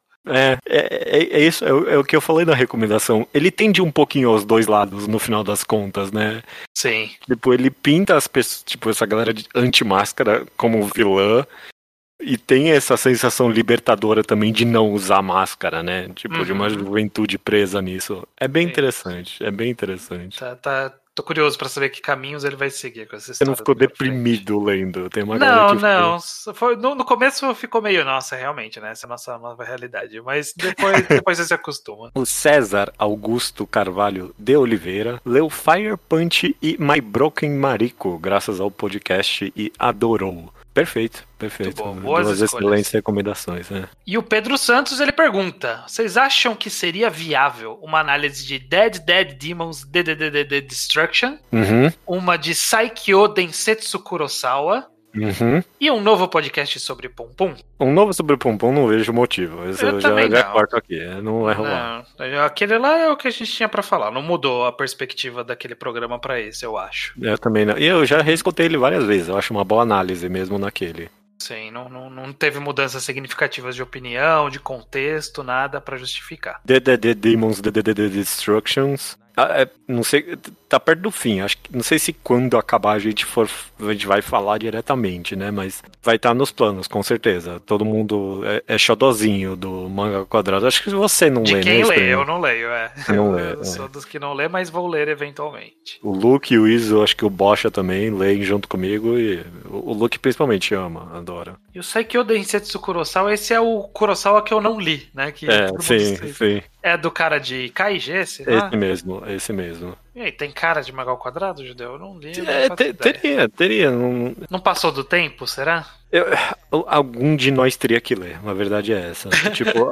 É isso, é o que eu falei na recomendação. Ele tende um pouquinho aos dois lados, no final das contas, né? Sim. Tipo, ele pinta as pessoas, tipo, essa galera de anti-máscara como vilã, e tem essa sensação libertadora também de não usar máscara, né? Tipo, de uma juventude presa nisso. É bem interessante, é bem interessante. Tô curioso pra saber que caminhos ele vai seguir com essa história. Você não ficou deprimido lendo? Tem uma não. No começo ficou meio, nossa, realmente, né? Essa é a nossa nova realidade. Mas depois você se acostuma. O César Augusto Carvalho de Oliveira leu Fire Punch e My Broken Mariko, graças ao podcast, e adorou. Perfeito. Bom, boas excelentes recomendações, né? E o Pedro Santos, ele pergunta: vocês acham que seria viável uma análise de Dead Demons Destruction, uma de Saikyo Densetsu Kurosawa e um novo podcast sobre Pum Pum? Um novo sobre Pum Pum não vejo motivo. Eu já corto aqui, não vai rolar. Não, aquele lá é o que a gente tinha pra falar. Não mudou a perspectiva daquele programa pra esse, eu acho. Eu também não. E eu já reescutei ele várias vezes. Eu acho uma boa análise mesmo naquele. Sim, não teve mudanças significativas de opinião, de contexto, nada pra justificar. Demons Destructions. Não sei, tá perto do fim. Acho que não sei se quando acabar a gente vai falar diretamente, né? Mas vai estar nos planos, com certeza. Todo mundo é xodozinho do Manga Quadrado. Acho que você não lê, né? De quem lê, eu não leio, Eu sou dos que não lê, mas vou ler eventualmente. O Luke e o Iso, acho que o Bocha também leem junto comigo, e o Luke principalmente adora. E o Saikyo Densetsu Kurosawa, esse é o Kurosawa que eu não li, né? Que sim. É do cara de Kaiji, esse, né? Esse mesmo. E aí, tem cara de Mangá ao Quadrado, Judeu? Eu não li. Teria. Não passou do tempo, será? Algum de nós teria que ler, a verdade é essa. Tipo,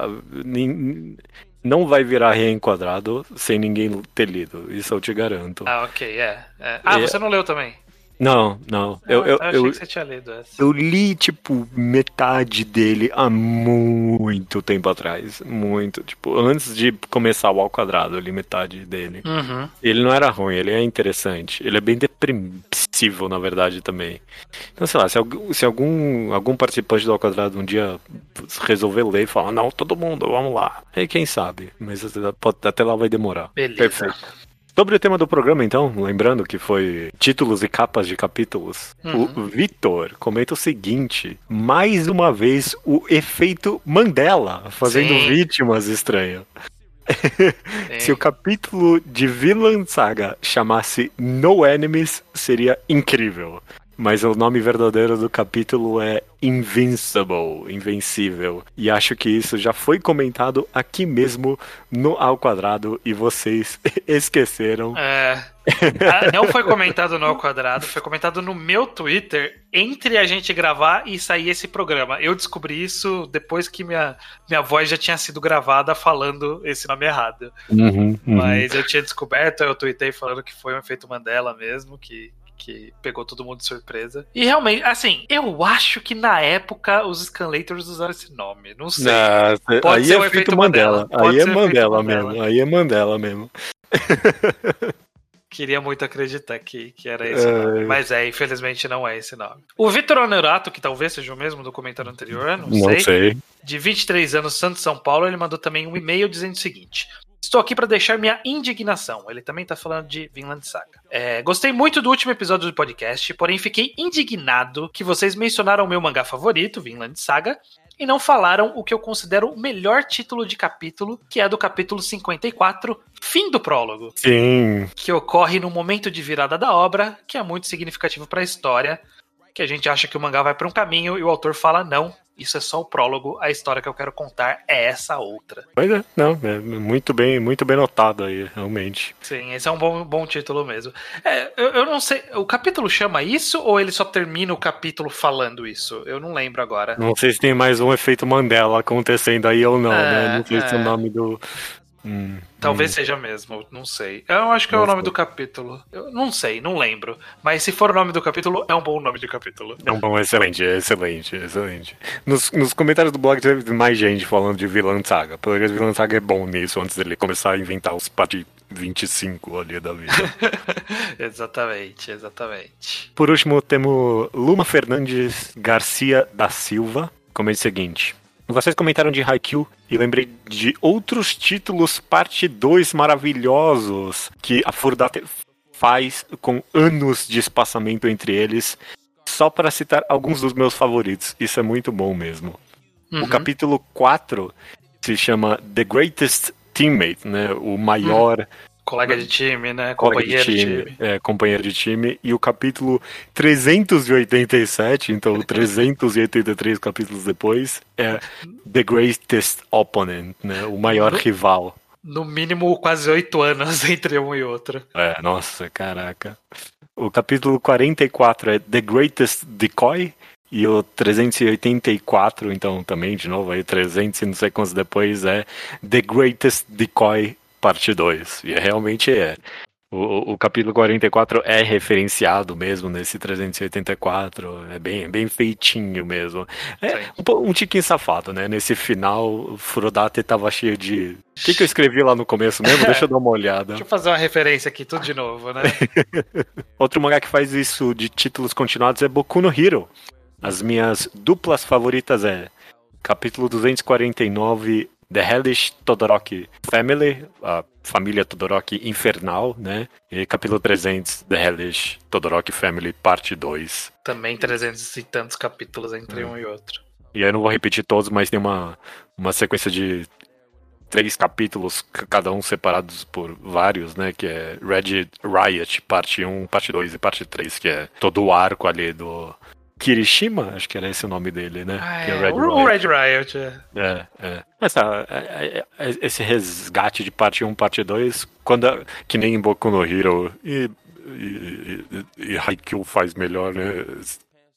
não vai virar Reenquadrado sem ninguém ter lido, isso eu te garanto. Ok, você não leu também? Não. Eu achei que você tinha lido essa. Eu li, tipo, metade dele há muito tempo atrás. Muito. Tipo, antes de começar o Ao Quadrado, eu li metade dele. Uhum. Ele não era ruim, ele é interessante. Ele é bem depressivo, na verdade, também. Então, sei lá, se algum participante do Ao Quadrado um dia resolver ler e falar, não, todo mundo, vamos lá. Aí quem sabe? Mas até lá vai demorar. Beleza. Perfeito. Sobre o tema do programa, então, lembrando que foi títulos e capas de capítulos, o Vitor comenta o seguinte: mais uma vez o efeito Mandela, fazendo vítimas estranhas. Se o capítulo de Vinland Saga chamasse No Enemies, seria incrível. Mas o nome verdadeiro do capítulo é Invincible, Invencível. E acho que isso já foi comentado aqui mesmo no Ao Quadrado e vocês esqueceram. Não foi comentado no Ao Quadrado, foi comentado no meu Twitter entre a gente gravar e sair esse programa. Eu descobri isso depois que minha voz já tinha sido gravada falando esse nome errado. Mas eu tinha descoberto, eu tuitei falando que foi um efeito Mandela mesmo, que pegou todo mundo de surpresa. E realmente, assim, eu acho que na época os Scanlators usaram esse nome. Não sei. Pode ser o efeito Mandela. Aí é Mandela mesmo. Queria muito acreditar que era esse nome. Mas infelizmente não é esse nome. O Vitor Honorato, que talvez seja o mesmo do comentário anterior, não sei. De 23 anos, Santos, São Paulo, ele mandou também um e-mail dizendo o seguinte: estou aqui para deixar minha indignação. Ele também tá falando de Vinland Saga. Gostei muito do último episódio do podcast, porém fiquei indignado que vocês mencionaram o meu mangá favorito, Vinland Saga, e não falaram o que eu considero o melhor título de capítulo, que é do capítulo 54, Fim do Prólogo. Sim. Que ocorre no momento de virada da obra, que é muito significativo para a história, que a gente acha que o mangá vai para um caminho e o autor fala não. Isso é só o prólogo, a história que eu quero contar é essa outra. Pois é, é muito bem notado aí, realmente. Sim, esse é um bom título mesmo. Eu não sei, o capítulo chama isso ou ele só termina o capítulo falando isso? Eu não lembro agora. Não sei se tem mais um efeito Mandela acontecendo aí ou não, né? Não sei se é o nome do... Talvez seja mesmo, não sei. Eu acho que é o nome do capítulo. Eu não sei, não lembro. Mas se for o nome do capítulo, é um bom nome de capítulo. É um bom, excelente. Nos comentários do blog teve mais gente falando de Vinland Saga. Pelo menos Vinland Saga é bom nisso, antes dele começar a inventar os parte 25 ali da vida. Exatamente. Por último, temos Luma Fernandes Garcia da Silva. Comenta o seguinte: vocês comentaram de Haikyuu e lembrei de outros títulos parte 2 maravilhosos que a Furudate faz com anos de espaçamento entre eles, só para citar alguns dos meus favoritos. Isso é muito bom mesmo. O capítulo 4 se chama The Greatest Teammate, né? O maior... Colega de time, né? Companheiro de time. Companheiro de time. E o capítulo 387, então 383 capítulos depois, é The Greatest Opponent, né? O maior rival. No mínimo quase 8 anos entre um e outro. Nossa, caraca. O capítulo 44 é The Greatest Decoy. E o 384, então também, de novo, aí 300 e não sei quantos depois, é The Greatest Decoy parte 2, e realmente é. O capítulo 44 é referenciado mesmo nesse 384, é bem feitinho mesmo. Um tiquinho safado, né? Nesse final, o Furudate tava cheio de... O que eu escrevi lá no começo mesmo? Deixa eu dar uma olhada. Deixa eu fazer uma referência aqui, tudo de novo, né? Outro mangá que faz isso de títulos continuados é Boku no Hero. As minhas duplas favoritas é capítulo 249... The Hellish Todoroki Family, a família Todoroki infernal, né? E capítulo 300, The Hellish Todoroki Family, parte 2. Também 300 e tantos capítulos entre um e outro. E aí eu não vou repetir todos, mas tem uma sequência de 3 capítulos, cada um separados por vários, né? Que é Red Riot, parte 1, parte 2 e parte 3, que é todo o arco ali do... Kirishima, acho que era esse o nome dele, né? O Red Riot. Mas esse resgate de parte 1, parte 2, que nem em Boku no Hero e Haikyuu faz melhor, né?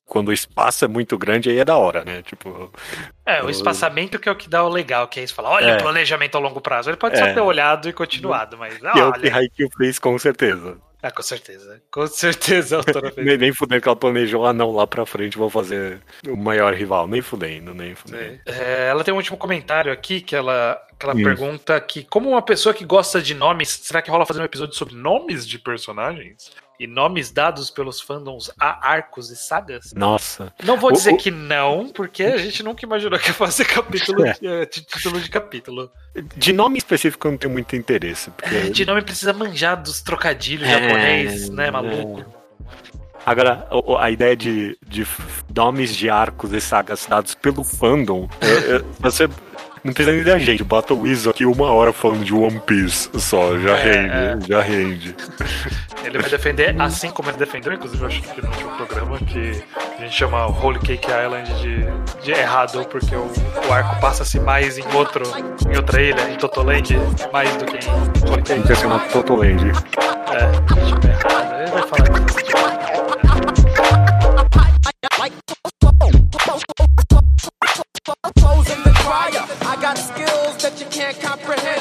quando o espaço é muito grande, aí é da hora, né? Tipo. O espaçamento que é o que dá o legal, que é isso, falar, olha o planejamento a longo prazo. Ele pode só ter olhado e continuado, mas que é o que Haikyuu fez, com certeza. Com certeza. Com certeza a autora fez. nem fudendo que ela planejou, não, lá pra frente vou fazer o maior rival. Nem fudendo. Ela tem um último comentário aqui que ela pergunta que, como uma pessoa que gosta de nomes, será que rola fazer um episódio sobre nomes de personagens? E nomes dados pelos fandoms a arcos e sagas? Nossa. Não vou dizer que não, porque a gente nunca imaginou que ia fazer título de capítulo. De nome específico eu não tenho muito interesse. Porque... De nome precisa manjar dos trocadilhos japonês, né, maluco? Agora, a ideia de nomes de arcos e sagas dados pelo fandom, você não precisa nem da gente, bota o Izzo aqui 1 hora falando de One Piece só, já rende. Ele vai defender, assim como ele defendeu, inclusive eu acho que no último programa, que a gente chama Holy Cake Island de errado, porque o arco passa-se mais em outra ilha, em Totoland, mais do que em Holy Cake. Não chama Totoland. Chama errado, ele vai falar disso. I got skills that you can't comprehend.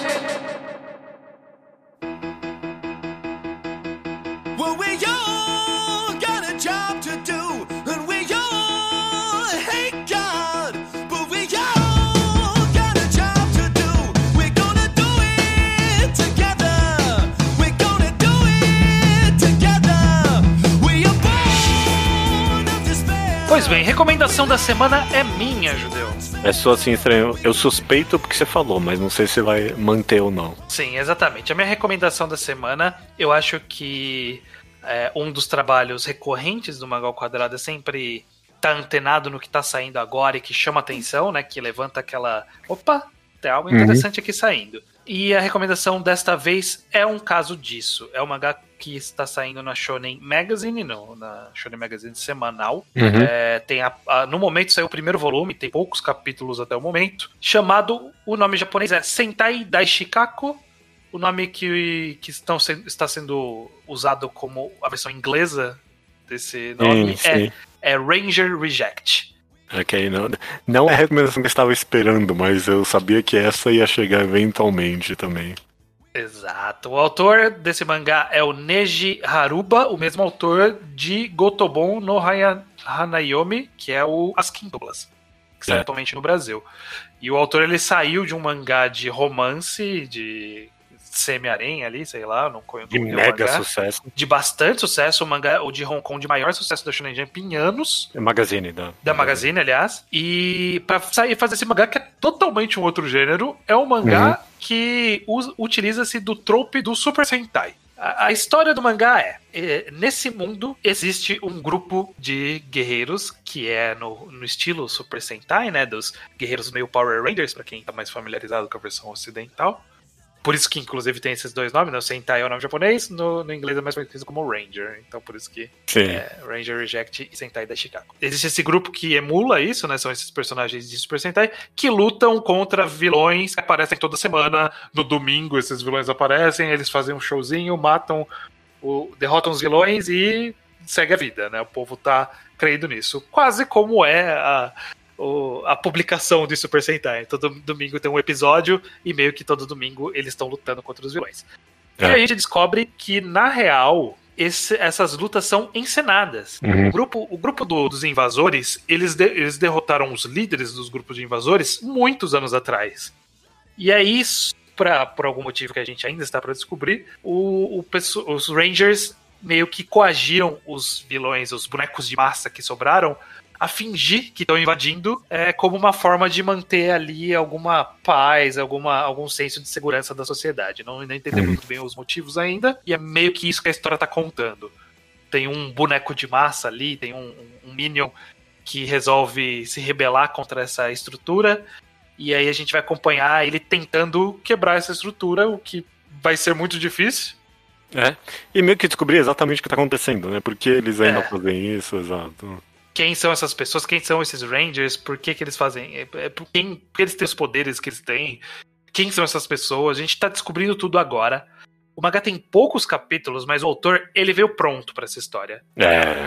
Well, we all got a job to do, and we all hate God, but we all got a job to do. We're gonna do it together. We're gonna do it together. We are born of despair. Pois bem, recomendação da semana é minha, Judeu. É só assim estranho. Eu suspeito porque você falou, mas não sei se vai manter ou não. Sim, exatamente. A minha recomendação da semana, eu acho que um dos trabalhos recorrentes do Mangá ao Quadrado é sempre estar antenado no que está saindo agora e que chama atenção, né? Que levanta aquela... Opa, tem algo interessante aqui saindo. E a recomendação desta vez é um caso disso. É um mangá que está saindo na Shonen Magazine, na Shonen Magazine semanal. No momento saiu o primeiro volume, tem poucos capítulos até o momento, chamado, o nome japonês é Sentai Daishikaku. O nome que está sendo usado como a versão inglesa desse nome é Ranger Reject. Ok, não é a recomendação que eu estava esperando, mas eu sabia que essa ia chegar eventualmente também. Exato. O autor desse mangá é o Neji Haruba, o mesmo autor de Gotobon no Hanayomi, que é as Quíntuplas, que sai atualmente no Brasil. E o autor ele saiu de um mangá de romance, de semi-harém ali, sei lá, não conheço. De mega sucesso. De bastante sucesso, o de Hong Kong de maior sucesso da Shonen Jump em anos. Magazine, da Magazine, aliás. E pra sair e fazer esse mangá, que é totalmente um outro gênero, é um mangá que utiliza-se do trope do Super Sentai. A história do mangá nesse mundo existe um grupo de guerreiros que é no estilo Super Sentai, né, dos guerreiros meio Power Rangers, pra quem tá mais familiarizado com a versão ocidental. Por isso que, inclusive, tem esses dois nomes, né? O Sentai é o nome japonês, no inglês é mais conhecido como Ranger. Então, por isso que Ranger Reject e Sentai Daishikaku. Existe esse grupo que emula isso, né? São esses personagens de Super Sentai que lutam contra vilões que aparecem toda semana. No domingo, esses vilões aparecem, eles fazem um showzinho, derrotam os vilões e segue a vida, né? O povo tá crendo nisso. Quase como é a publicação de Super Sentai. Todo domingo tem um episódio e meio que todo domingo eles estão lutando contra os vilões. E a gente descobre que, na real, essas lutas são encenadas. O grupo dos invasores, eles derrotaram os líderes dos grupos de invasores muitos anos atrás. E aí, por algum motivo que a gente ainda está para descobrir, os Rangers meio que coagiram os vilões, os bonecos de massa que sobraram, a fingir que estão invadindo como uma forma de manter ali alguma paz, algum senso de segurança da sociedade. Não entendemos muito bem os motivos ainda, e é meio que isso que a história está contando. Tem um boneco de massa ali, tem um Minion que resolve se rebelar contra essa estrutura, e aí a gente vai acompanhar ele tentando quebrar essa estrutura, o que vai ser muito difícil. E meio que descobrir exatamente o que está acontecendo, né? Por que eles ainda fazem isso, exato. Quem são essas pessoas? Quem são esses Rangers? Por que eles fazem? Por que eles têm os poderes que eles têm? Quem são essas pessoas? A gente tá descobrindo tudo agora. O mangá tem poucos capítulos, mas o autor, ele veio pronto pra essa história.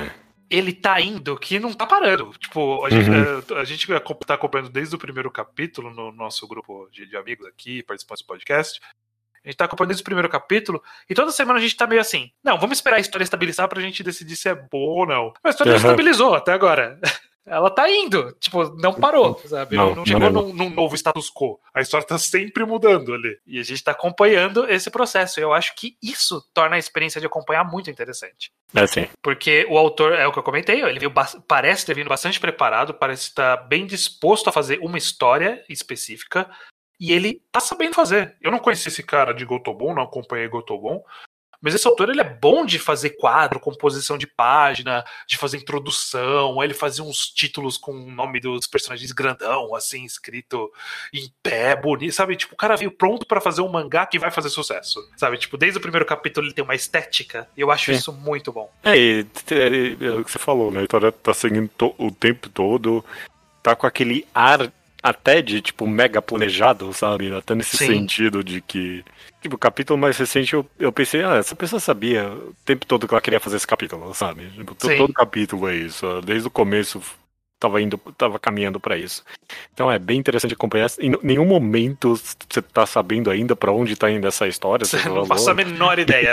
ele tá indo que não tá parando. Tipo, a gente tá acompanhando desde o primeiro capítulo no nosso grupo de amigos aqui, participantes do podcast. A gente tá acompanhando desde o primeiro capítulo e toda semana a gente tá meio assim, não, vamos esperar a história estabilizar pra gente decidir se é boa ou não. Mas a história estabilizou até agora. Ela tá indo, tipo, não parou, sabe? Não chegou num novo status quo. A história tá sempre mudando ali. E a gente tá acompanhando esse processo. Eu acho que isso torna a experiência de acompanhar muito interessante. Sim. Porque o autor, é o que eu comentei, ele parece ter vindo bastante preparado, parece estar bem disposto a fazer uma história específica. E ele tá sabendo fazer. Eu não conheci esse cara de Gotobon, não acompanhei Gotobon. Mas esse autor, ele é bom de fazer quadro, composição de página, de fazer introdução. Ele fazia uns títulos com o nome dos personagens grandão, assim, escrito em pé, bonito, sabe? Tipo, o cara veio pronto pra fazer um mangá que vai fazer sucesso, sabe? Tipo, desde o primeiro capítulo ele tem uma estética, e eu acho isso muito bom. É o que você falou, né? A história tá seguindo o tempo todo, tá com aquele ar até de, tipo, mega planejado, sabe? Até nesse sentido de que... Tipo, o capítulo mais recente eu pensei, essa pessoa sabia o tempo todo que ela queria fazer esse capítulo, sabe? Tipo, todo capítulo é isso. Desde o começo tava caminhando pra isso. Então é bem interessante acompanhar. Em nenhum momento você tá sabendo ainda pra onde tá indo essa história. Você não faço a menor ideia.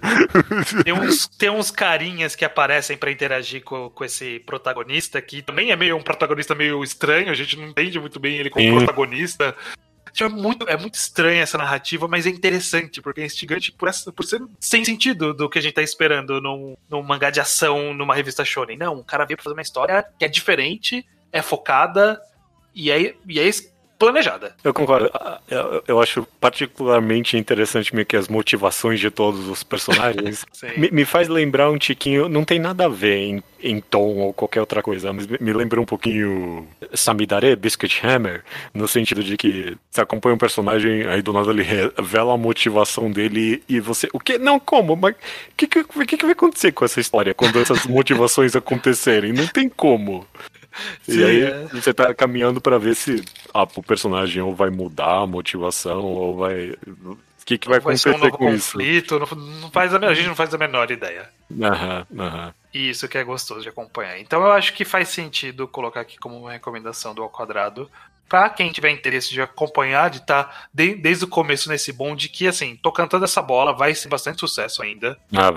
Tem uns carinhas que aparecem pra interagir com esse protagonista, que também é meio um protagonista meio estranho, a gente não entende muito bem ele como protagonista. É muito estranha essa narrativa, mas é interessante, porque é instigante por ser sem sentido do que a gente tá esperando num mangá de ação, numa revista shonen. Não, o cara veio pra fazer uma história que é diferente, é focada e é planejada. Eu concordo. Eu acho particularmente interessante meio que as motivações de todos os personagens. me faz lembrar um tiquinho, não tem nada a ver em tom ou qualquer outra coisa, mas me lembra um pouquinho Samidare, Biscuit Hammer, no sentido de que você acompanha um personagem, aí do nada ele revela a motivação dele e você... O que? Não, como? Mas o que vai acontecer com essa história quando essas motivações acontecerem? Não tem como. Sim, e aí você tá caminhando pra ver se o personagem ou vai mudar a motivação ou vai... O que vai acontecer ser um novo com conflito, isso? A gente não faz a menor ideia. E isso que é gostoso de acompanhar. Então eu acho que faz sentido colocar aqui como uma recomendação do Ao Quadrado pra quem tiver interesse de acompanhar, de estar desde o começo nesse bonde, que assim, tô cantando essa bola, vai ser bastante sucesso ainda.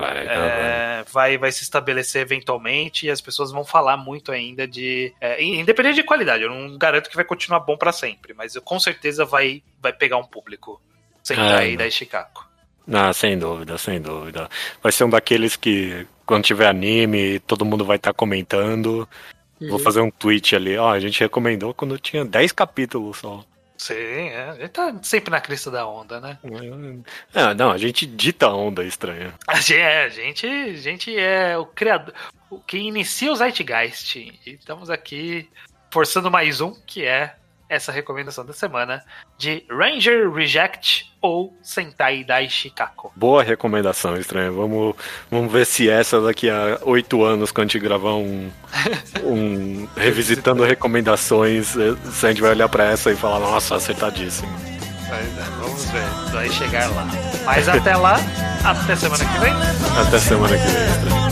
Vai se estabelecer eventualmente e as pessoas vão falar muito ainda de... independente de qualidade, eu não garanto que vai continuar bom pra sempre, mas com certeza vai pegar um público. Sentai da Ishikako. Sem dúvida. Vai ser um daqueles que, quando tiver anime, todo mundo vai estar comentando. Vou fazer um tweet ali. A gente recomendou quando tinha 10 capítulos só. Sim, ele tá sempre na crista da onda, né? Não, a gente dita a onda estranha. A gente é o criador, o que inicia o Zeitgeist. E estamos aqui forçando mais um, que é essa recomendação da semana de Ranger Reject ou Sentai Dai Shikako. Boa recomendação, estranha. Vamos ver se essa daqui a 8 anos, quando a gente gravar um revisitando recomendações, se a gente vai olhar pra essa e falar, nossa, acertadíssimo. Vamos ver, vai chegar lá. Mas até lá, até semana que vem. Até semana que vem, estranho.